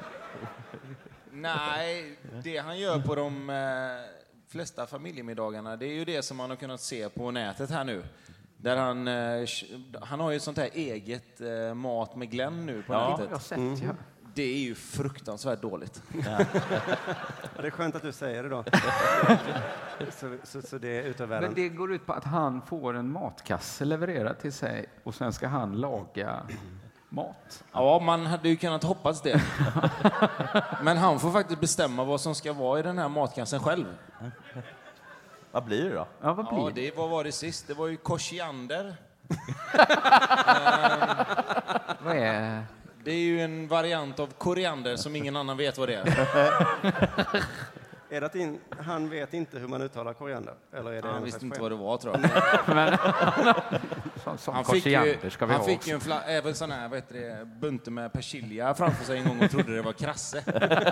Nej, det han gör på de eh, flesta familjemiddagarna, det är ju det som man har kunnat se på nätet här nu. Där han, eh, han har ju ett sånt här eget eh, mat med Glenn nu på Ja, nätet. Jag har sett, ja. Det är ju fruktansvärt dåligt. Ja, det är skönt att du säger det då. så, så, så det är utav världen. Men det går ut på att han får en matkasse levererad till sig och sen ska han laga mat. Ja, man hade ju kunnat hoppas det. Men han får faktiskt bestämma vad som ska vara i den här matkassen själv. Vad blir det då? Ja, vad blir Ja, det? det, vad var det sist? Det var ju koriander. Vad är... Det är ju en variant av koriander som ingen annan vet vad det är. Är det att in, han vet inte hur man uttalar koriander? Eller är det Han en visste slags inte skämt? vad det var, tror jag. Men, som, som Han fick ju, koriander ska vi han ha fick också. ju en fla, även sån här, vad heter det, bunte med persilja framför sig en gång och trodde det var krasse.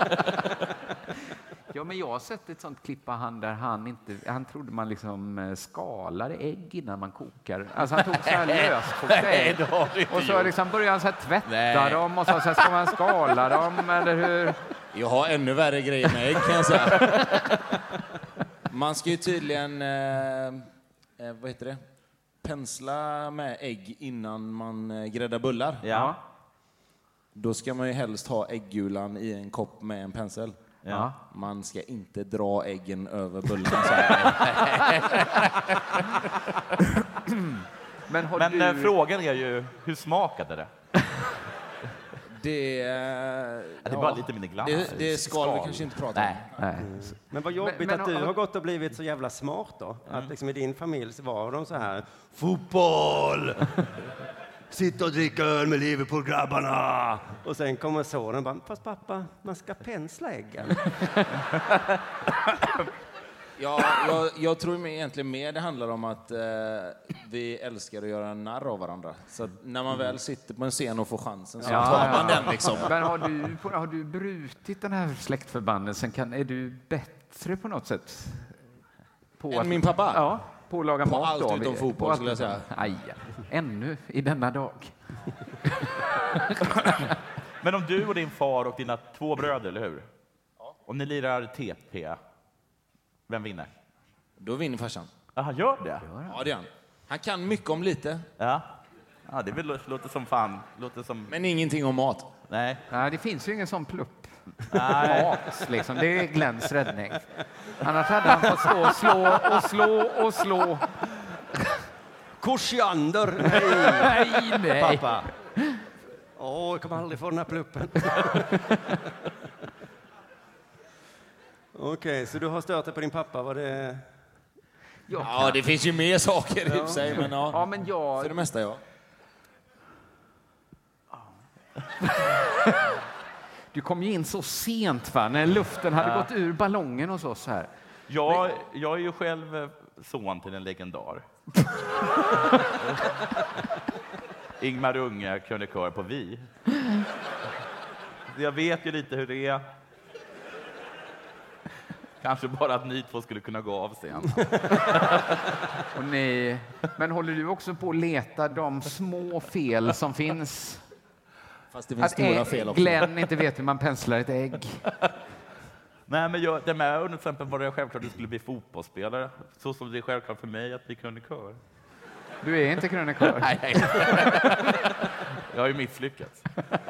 Ja, men jag har sett ett sånt klipp av han där han inte, han trodde man liksom eh, skalade ägg innan man kokar. Alltså han tog så här löskokta ägg. det har du inte Och så gjort. liksom började han så här tvätta Nej. dem och så, så här, ska man skala dem eller hur? Jag har ännu värre grejer med ägg, kan jag säga. Man ska ju tydligen, eh, eh, vad heter det, pensla med ägg innan man eh, gräddar bullar. Ja. Då ska man ju helst ha äggulan i en kopp med en pensel. Ja. Man ska inte dra äggen över bullarna så här. Men har Men du... eh, frågan är ju, hur smakade det? Det, eh, Ja, det är bara lite mindre glans. det, det ska vi kanske inte prata om. Nej. Nej. Men vad jobbigt Men- men- att du har gått och blivit så jävla smart då. Att liksom i din familj så var de så här, fotboll! Sitta och dricka öl med Liverpool-grabbarna! Och sen kommer sonen och bara, fast pappa, man ska pensla äggen. Ja, jag, jag tror mig egentligen mer det handlar om att eh, vi älskar att göra narr av varandra. Så att när man väl sitter på en scen och får chansen så Ja, tar ja. man den liksom. Men har du, har du brutit den här släktförbannelsen? Kan, är du bättre på något sätt? På Än min pappa? Ja, på att laga På mat allt då? utom fotboll, På skulle jag säga. Aj, ännu i denna dag. Men om du och din far och dina två bröder, eller hur? Om ni lirar T P, vem vinner? Då vinner farsan. Ja, han gör det? Ja, det är han. Han kan mycket om lite, Ja. Ja, det vill, låter som fan. Låter som... men ingenting om mat. Nej. Nej, det finns ju ingen sån plupp. Nej. Mat, liksom. Det är Glenns räddning. Annars hade han fått stå och slå och slå och slå. Koriander! Nej, nej. Pappa! Åh, jag kommer aldrig få den här pluppen. Okej, så du har stört dig på din pappa, var det... Jag Ja, kan. det finns ju mer saker i och för sig, men ja. Ja, men jag... För det mesta, ja. Du kom ju in så sent, va? När luften hade Ja. gått ur ballongen hos oss här. Jag, jag är ju själv eh, son till en legendar. Ingmar Unge, krönikör på Vi. Jag vet ju lite hur det är. Kanske bara att ni två skulle kunna gå av sen. Och ni... Men håller du också på att leta de små fel som finns? Fast det finns Att stora ä- fel också. Glenn inte vet hur man penslar ett ägg. Nej, men jag, det med under exempel var det självklart att du skulle bli fotbollsspelare. Så som det är självklart för mig att bli krönikör. Du är inte krönikör. Nej, jag har ju misslyckats.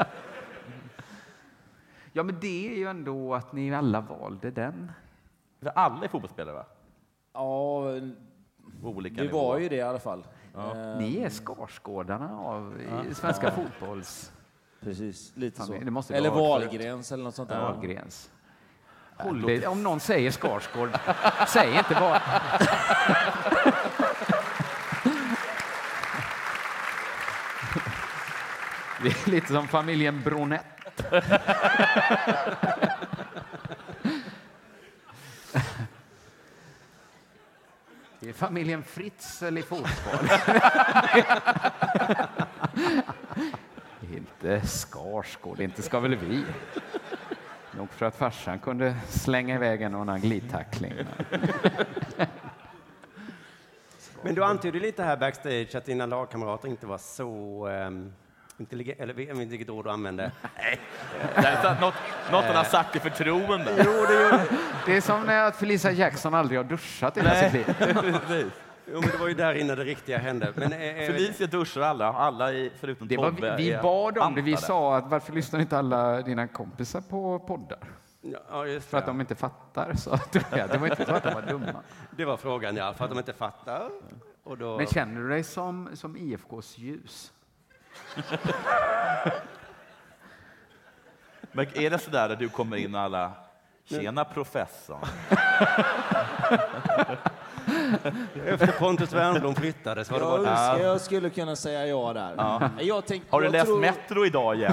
Ja, men det är ju ändå att ni alla valde den. Alla är fotbollsspelare, va? Ja, På olika det nivåer. var ju det i alla fall. Ja. Eh, Ni är Skarsgårdarna av i svenska fotbolls... Precis, lite så. Det måste Eller vara Wahlgrens eller något sånt där. Wahlgrens. Håll dig, om någon säger Skarsgård, säg inte bara... Det är lite som familjen Bronett. Det är familjen Fritzl i fotboll. Inte Skarsgård, inte ska väl vi. Nog för att farsan kunde slänga iväg en annan glidtackling. Men du antydde lite här backstage att dina lagkamrater inte var så um, intelligenta, eller jag vet inte vilket ord du använde. Nej, det är något, något han har sagt i förtroende. Jo, det, är ju, Det är som när att Felicia Jackson aldrig har duschat i hela sitt liv. jo, men det var ju där inne det riktiga hände. Men, eh, Felicia duschar alla, alla i, förutom Det var, Tobbe. vi vi är bad om det. Vi antade. sa att varför lyssnar inte alla dina kompisar på poddar? ja, just För att det. de inte fattar. Så att, det var inte så att de var dumma. Det var frågan, ja. För att de inte fattar. Och då... Men känner du dig som, som I F K:s ljus? Men är det sådär att du kommer in och alla, tjena professor. Efter Pontus Wernbloom flyttades var det Jag, bara... önskar, jag skulle kunna säga ja där. Ja. Jag tänk, Har du jag läst tror, Metro idag igen?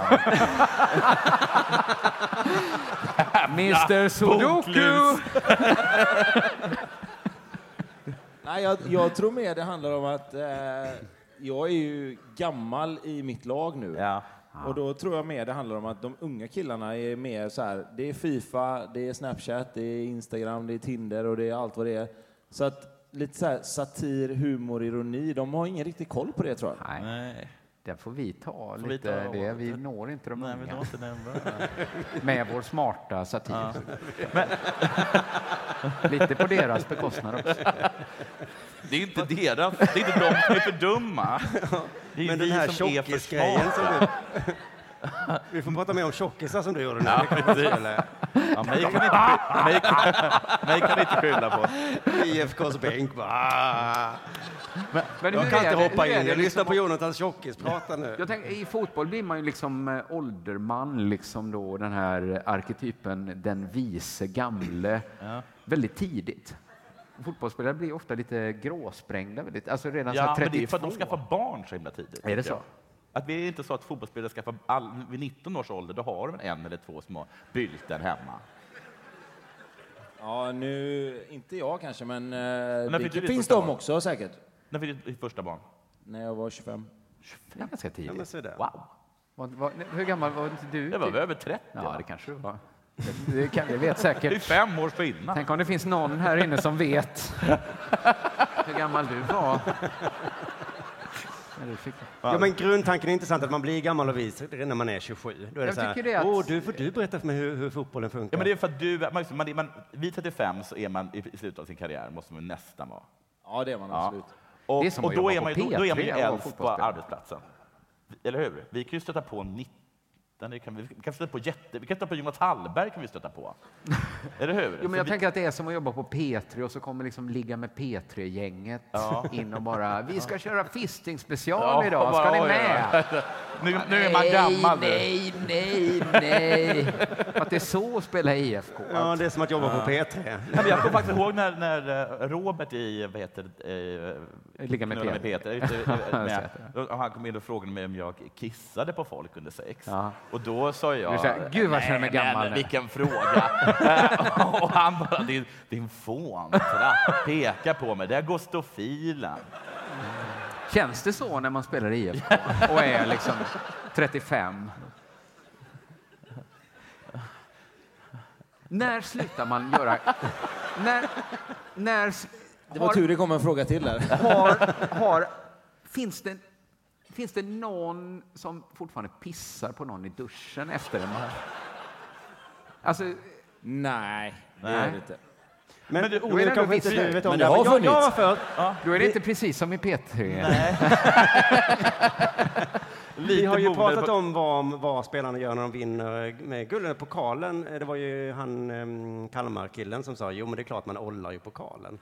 mister Sudoku! Boklus. Nej, jag, jag tror mer det handlar om att eh, jag är ju gammal i mitt lag nu. Ja. Och då tror jag mer det handlar om att de unga killarna är mer så här, det är FIFA, det är Snapchat, det är Instagram, det är Tinder och det är allt vad det är. Så att lite så här satir, humor, ironi, de har ingen riktig koll på det tror jag. Nej, Nej. där får vi ta vi lite ta det. åt Vi det? når inte de Nej, men det unga. var inte den början. Med vår smarta satir. Ja. Lite på deras bekostnad också. Det är inte deras, det är inte de som är för dumma. Det är ju Men den vi här som är för tjockisgrejen som smarta. du... Vi får prata mer om tjockisar som du gjorde nu. Ja, Det kan man precis. spela. Ja, mig kan ni inte, sky- mig kan, mig kan ni inte skylla på. I F K:s bänk bara... Men Jag hur kan är inte det- hoppa hur är in. det Jag lyssnar liksom på Jonathans tjockisprata nu. Jag tänker, i fotboll blir man ju liksom eh, ålderman, liksom då den här arketypen, den vise gamle, Ja. väldigt tidigt. Fotbollsspelare blir ofta lite gråsprängda, väldigt, alltså redan så Ja, här men det är trettiotvå. för att de skaffar barn så himla tidigt. Är det tycker jag. så? Att vi är inte så att fotbollsspelare skaffar all, vid nitton års ålder, då har de en eller två små bylten hemma. Ja, nu, inte jag kanske, men eh, när det fick du ditt finns första de barn? också säkert. När fick du ditt första barn? När jag var tjugofem. Det är ganska Ja, tidigt. men så där. Wow. Vad, vad, hur gammal var inte du? Det var väl över trettio? Ja, det kanske du var. Det, det kan, jag vet Det är säkert. fem års skillnad. Tänk om det finns någon här inne som vet hur gammal du var. När du fick... Ja, men grundtanken är intressant att man blir gammal och vis när man är tjugosju. Då är det Jag så här, tycker det att- åh, du får du berätta för mig hur, hur fotbollen funkar. Ja, men det är för att du, man, man, man, vid trettiofem så är man i, i slutet av sin karriär, måste man nästan vara. Ja, det är man Ja. absolut. Och, Det är som och att då, jobba är på man, ju- då, då är man ju P tre och vara äldst på fotbollsspelare. arbetsplatsen. Eller hur? Vi kan ju stöta på nitton. Det kan vi, vi kan stöta på jätte, vi kan stöta på Jonas Hallberg kan vi stöta på. Eller hur? Jo, men Så jag vi, tänker att det är som att jobba på P tre och så kommer liksom ligga med P tre-gänget Ja. in och bara, vi ska köra fisting special Ja, idag, ska bara, ni oj, med? oj. Nu, nu är man gammal. nu. Nej, nej, nej. Att det är så att spela I F K. Ja, det är som att jobba på P tre. Ja, men jag kommer faktiskt ihåg när, när eh, Robert i, vad heter det, eh, Ligga med Knulla Peter. Peter, ute, eh, med, ser då- han kom in och frågade mig om jag kissade på folk under sex. Ja. Och då sa jag... Du säger, "Gud, vad jag känner mig "Nej, gammal men nu." vilken fråga. Eh, och han bara, din, din fåntratt, pekar på mig. Där går stofilen. Känns det så när man spelar i I F K och är liksom trettiofem? När slutar man göra... När... när Det var har- tur det kom en fråga till där. har, har, finns, det, finns det någon som fortfarande pissar på någon i duschen efter en match? Alltså, Nej, det Nej. är det inte. Men, Men det- men då är det kanske ändå inte vissa- du vet om men det. det har Jag, jag funnits. var för... då är det inte precis som i P tre. Vi har ju Lite pratat på- om vad, vad spelarna gör när de vinner med guld. Pokalen, det var ju han um, Kalmar-killen som sa, jo men det är klart man ollar ju pokalen.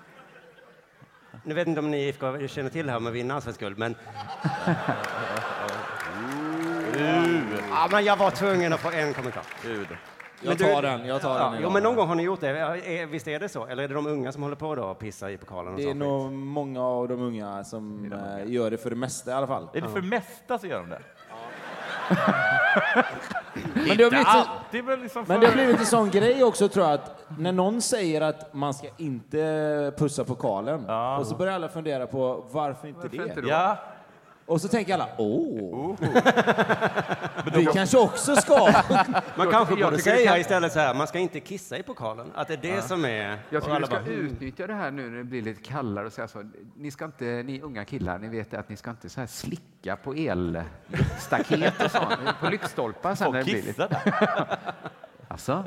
Nu vet inte om ni I F K känner till det här med att vinna allsvensk guld, men... Ja, men jag var tvungen att få en kommentar. Gud. Jag Men du- tar den, jag tar Ja, den. jo, men någon gång har ni gjort det. Är- Visst är det så? Eller är det de unga som håller på då och pissar i pokalen? Och Det är så nog många av de unga som eh, gör det för det mesta i alla fall. Är det för mesta så gör de det? Men det har blivit så- Det är väl liksom Men det har blivit en sån grej också, tror jag, att när någon säger att man ska inte pussa på Karlen, Ja. och så börjar alla fundera på varför inte Varför det? inte då? Ja, Och så tänker alla, åh, vi kanske också ska. Man kanske jag borde tycker det säga kan- istället så här, man ska inte kissa i pokalen. Att det är det som är... Jag och tycker alla du ska bara, "Mm." utnyttja det här nu när det blir lite kallare och säga så. Ni ska inte, ni unga killar, ni vet att ni ska inte så här slicka på elstaket och sånt. På lyktstolpar sen och när det blir kissa lite. där. Alltså.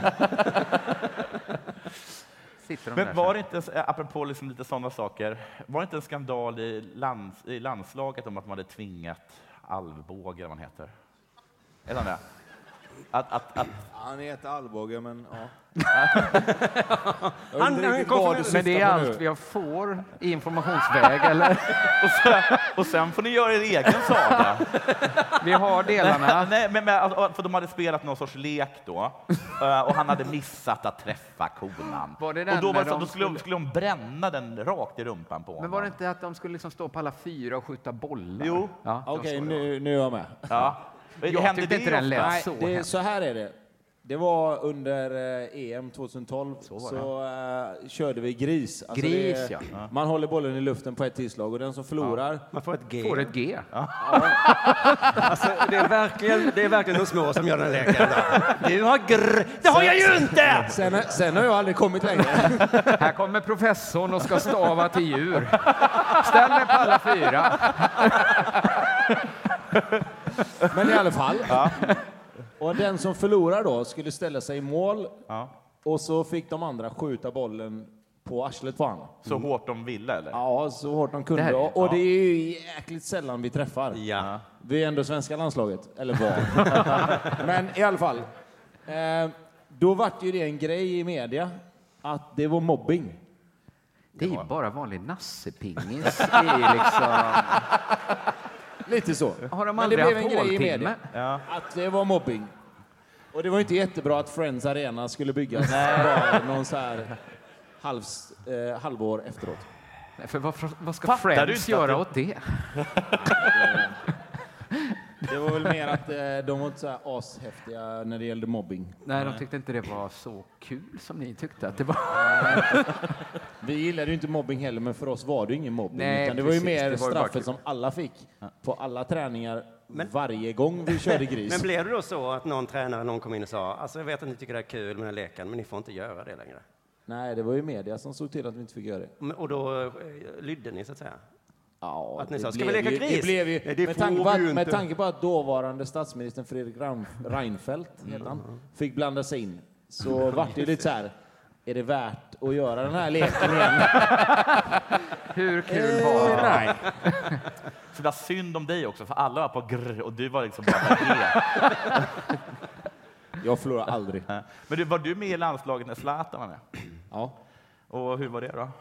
Sitter de Men där var så. det inte, apropå liksom lite sådana saker, var det inte en skandal i, lands, i landslaget om att man hade tvingat Alvbåge, eller vad han heter? Är det det? Att, att, att, Han heter Alvbåge, men ja. Han- han kom från- Men det är allt vi får i informationsväg, eller? och, sen, och sen får ni göra er egen saga. Vi har delarna. Nej, men, men, alltså, för de hade spelat någon sorts lek då, eh, och han hade missat att träffa konan. Var det den och då, var när det så, de då skulle, skulle- skulle de bränna den rakt i rumpan på honom. Men var det inte att de skulle liksom stå på alla fyra och skjuta bollar? Jo. Ja, det var Okej, så det var. nu, nu är jag med. Ja. Jag Hände tyckte det inte den ofta? lät Nej, så det, hemskt. så här är det. Det var under eh, E M tjugohundratolv, så, var det. eh, körde vi gris. Alltså Gris, det, ja. Man håller bollen i luften på ett tillslag, och den som förlorar... Man får ett G. Får ett G. Alltså, det, är verkligen, det är verkligen de små som gör den här leken. Du har grr... Det har jag ju inte! Sen, sen har jag aldrig kommit längre. Här kommer professorn och ska stava till djur. Ställ dig på alla fyra. Men i alla fall. Och den som förlorar då skulle ställa sig i mål, Ja. och så fick de andra skjuta bollen på arslet på honom. Så hårt de ville, eller? Ja, så hårt de kunde. Det här- Och, och det är ju jäkligt sällan vi träffar. Ja. Vi är ändå svenska landslaget, eller var. Men i alla fall. Eh, då vart ju det en grej i media att det var mobbing. Det är ju bara vanlig nassepingis. Det är liksom... Lite så. Har de Men det aldrig blev en haft grej i håltimme? media. Ja. Att det var mobbing. Och det var inte jättebra att Friends Arena skulle byggas bara någon så här halvs, eh, halvår efteråt. Nej, för vad, vad ska Fattar du Friends inte att göra det- åt det? Det var väl mer att eh, de var inte så här ashäftiga när det gällde mobbing. Nej, de tyckte inte det var så kul som ni tyckte att det var. Vi gillade ju inte mobbing heller, men för oss var det ju ingen mobbing. Nej, utan det var ju precis. mer Det var ju bara straffet kul. som alla fick på alla träningar varje gång vi körde gris. Men blev det då så att någon tränare, någon kom in och sa, alltså jag vet att ni tycker det är kul med den här leken, men ni får inte göra det längre. Nej, det var ju media som såg till att vi inte fick göra det. Men- Och då eh, lydde ni så att säga? Ja, Att ni det sa, "Ska blev vi leka ju- gris?" Det blev ju, Nej, det med, får tanke på vi att, ju med inte. tanke på att dåvarande statsministern Fredrik Rein- Reinfeldt heter han, fick blanda sig in, så vart det ju lite så här, är det värt att göra den här leken igen? Hur kul var det? Nej. Så det var synd om dig också, för alla var på grr och du var liksom bara på G. Jag förlorar aldrig. Men du, var du med i landslaget när Zlatan var med? Ja. Och hur var det då?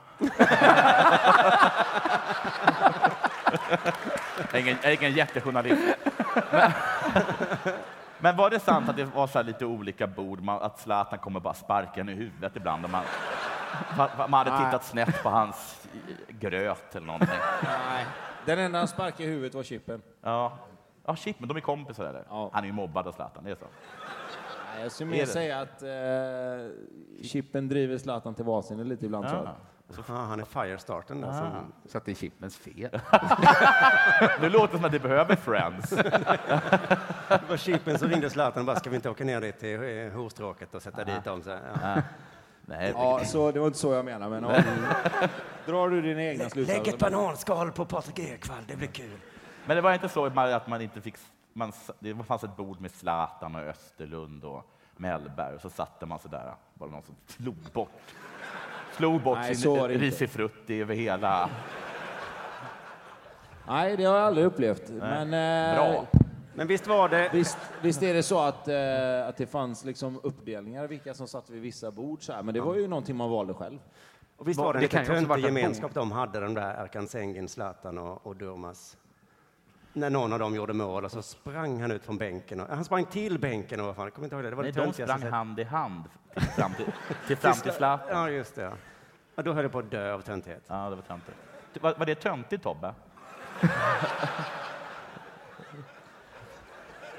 Jag är ingen, jag är ingen jättejournalist. Men, men var det sant att det var så här lite olika bord, man, att Zlatan kommer bara sparka en i huvudet ibland? Och man, man hade tittat snett på hans gröt eller någonting. Nej. Den enda han sparkade i huvudet var Chippen. Ja, ja shit, men de är kompisar eller? Ja. Han är ju mobbad av Zlatan, det är så. Nej, jag skulle Är mer det? säga att eh, Chippen driver Zlatan till vansinne lite ibland. tror jag. Ja. Ah, han är firestarten där. Som, Så att det är Chippens fel. Det låter som att det behöver Friends. det var Chippen som ringde Zlatan och bara, ska vi inte åka ner dit till eh, Horstråket och sätta dit dem? Så, här, ja. Nej, Ja, så det var inte så jag menar, men ja, drar du dina egna slutsatser? Lägg ett bananskal på Patrik Ekwall, det blir kul. men det var inte så att man inte fick... Man, det fanns ett bord med Zlatan och Österlund och Mellberg och så satte man sig där. Var det någon som slog bort, slog bort Nej, så sin var det inte. risifrutti över hela... Nej, det har jag aldrig upplevt. Men, eh, Bra. Men visst var det... Visst, visst är det så att, eh, att det fanns liksom uppdelningar, vilka som satt vid vissa bord, så här, men det var ju någonting man valde själv. Och visst var det en Det kan lite ju också töntig varit ett gemenskap de hade, de där Erkan Sengin, Zlatan och, och Durmaz. När någon av dem gjorde mål och så sprang han ut från bänken. Och, han sprang till bänken och vad fan, jag kommer inte ihåg det. Det var Nej, det de töntigaste sprang sättet. hand i hand till fram till, till, fram till Zlatan. Ja, just det. Ja. Ja, då höll det på att dö av töntighet. Ja, det var töntigt. Var, var det töntigt, Tobbe?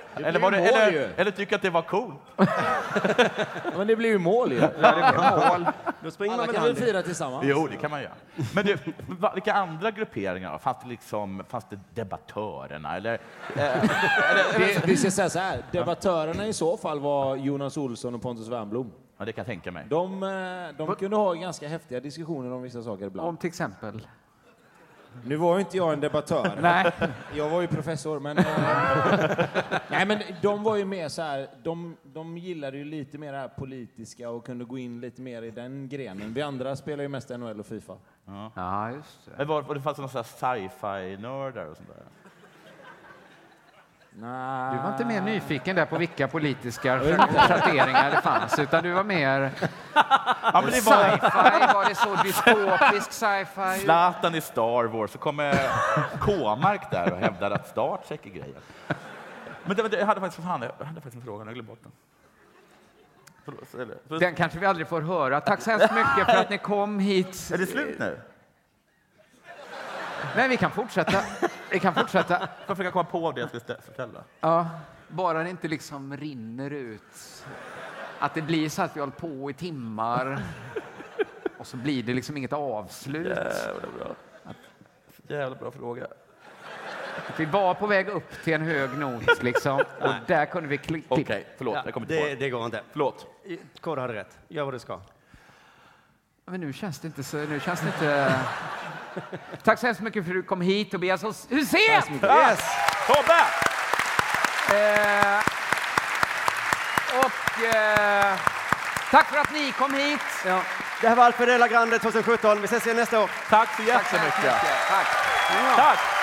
Eller, var det, eller, eller tycker att det var cool? Men det blir ju mål ju. Ja, det blir mål. Då springer Alla man kan väl väl fira tillsammans? Jo, det kan man göra. Men du, va, vilka andra grupperingar då? Fanns det, liksom, fanns det debattörerna? Eller, eh, eller, Det, vi ska säga så här, debattörerna i så fall var Jonas Olsson och Pontus Wernbloom. ja, det kan jag tänka mig. De, eh, de kunde ha ganska häftiga diskussioner om vissa saker ibland. Om till exempel. Nu var ju inte jag en debattör. Nej. Jag var ju professor, men... Eh, nej, men de var ju mer så här... De, de gillade ju lite mer det här politiska och kunde gå in lite mer i den grenen. Vi andra spelar ju mest N H L och FIFA. Ja. Ja, just det. Men var, var det fanns någon sån här sci-fi-nördar och sånt där? Nej. Du var inte mer nyfiken där på vilka politiska schatteringar det fanns, utan du var mer Ja, men det var sci-fi. Var det så dystopisk sci-fi? Zlatan i Star Wars, så kommer K-mark där och hävdar att Star Trek är grejen. Men det, jag hade faktiskt, fan, jag hade faktiskt en fråga, jag glömde bort den. Förlåt, eller, förlåt. Den kanske vi aldrig får höra. Tack så hemskt mycket för att ni kom hit. Är det slut nu? Men vi kan fortsätta. Vi kan fortsätta. Jag får försöka komma på det jag skulle stä- förtälla. Ja, bara det inte liksom rinner ut. Att det blir så att vi håller på i timmar. Och så blir det liksom inget avslut. Jävla bra. Jävla bra fråga. Vi var på väg upp till en hög not liksom. Och där kunde vi kli- Okej, klippa. förlåt. Ja, jag kommer inte det, på det. det går inte. Förlåt. Kåre hade rätt. Gör vad du ska. Men nu känns det inte så... Nu känns det inte... Tack så hemskt mycket för att du kom hit, Tobias Hysén! Yes! Tobbe! Eh, och eh, tack för att ni kom hit. Ja. Det här var Alfred Ella Grande tjugo sjutton. Vi ses igen nästa år. Tack så jättemycket. Tack. Tack!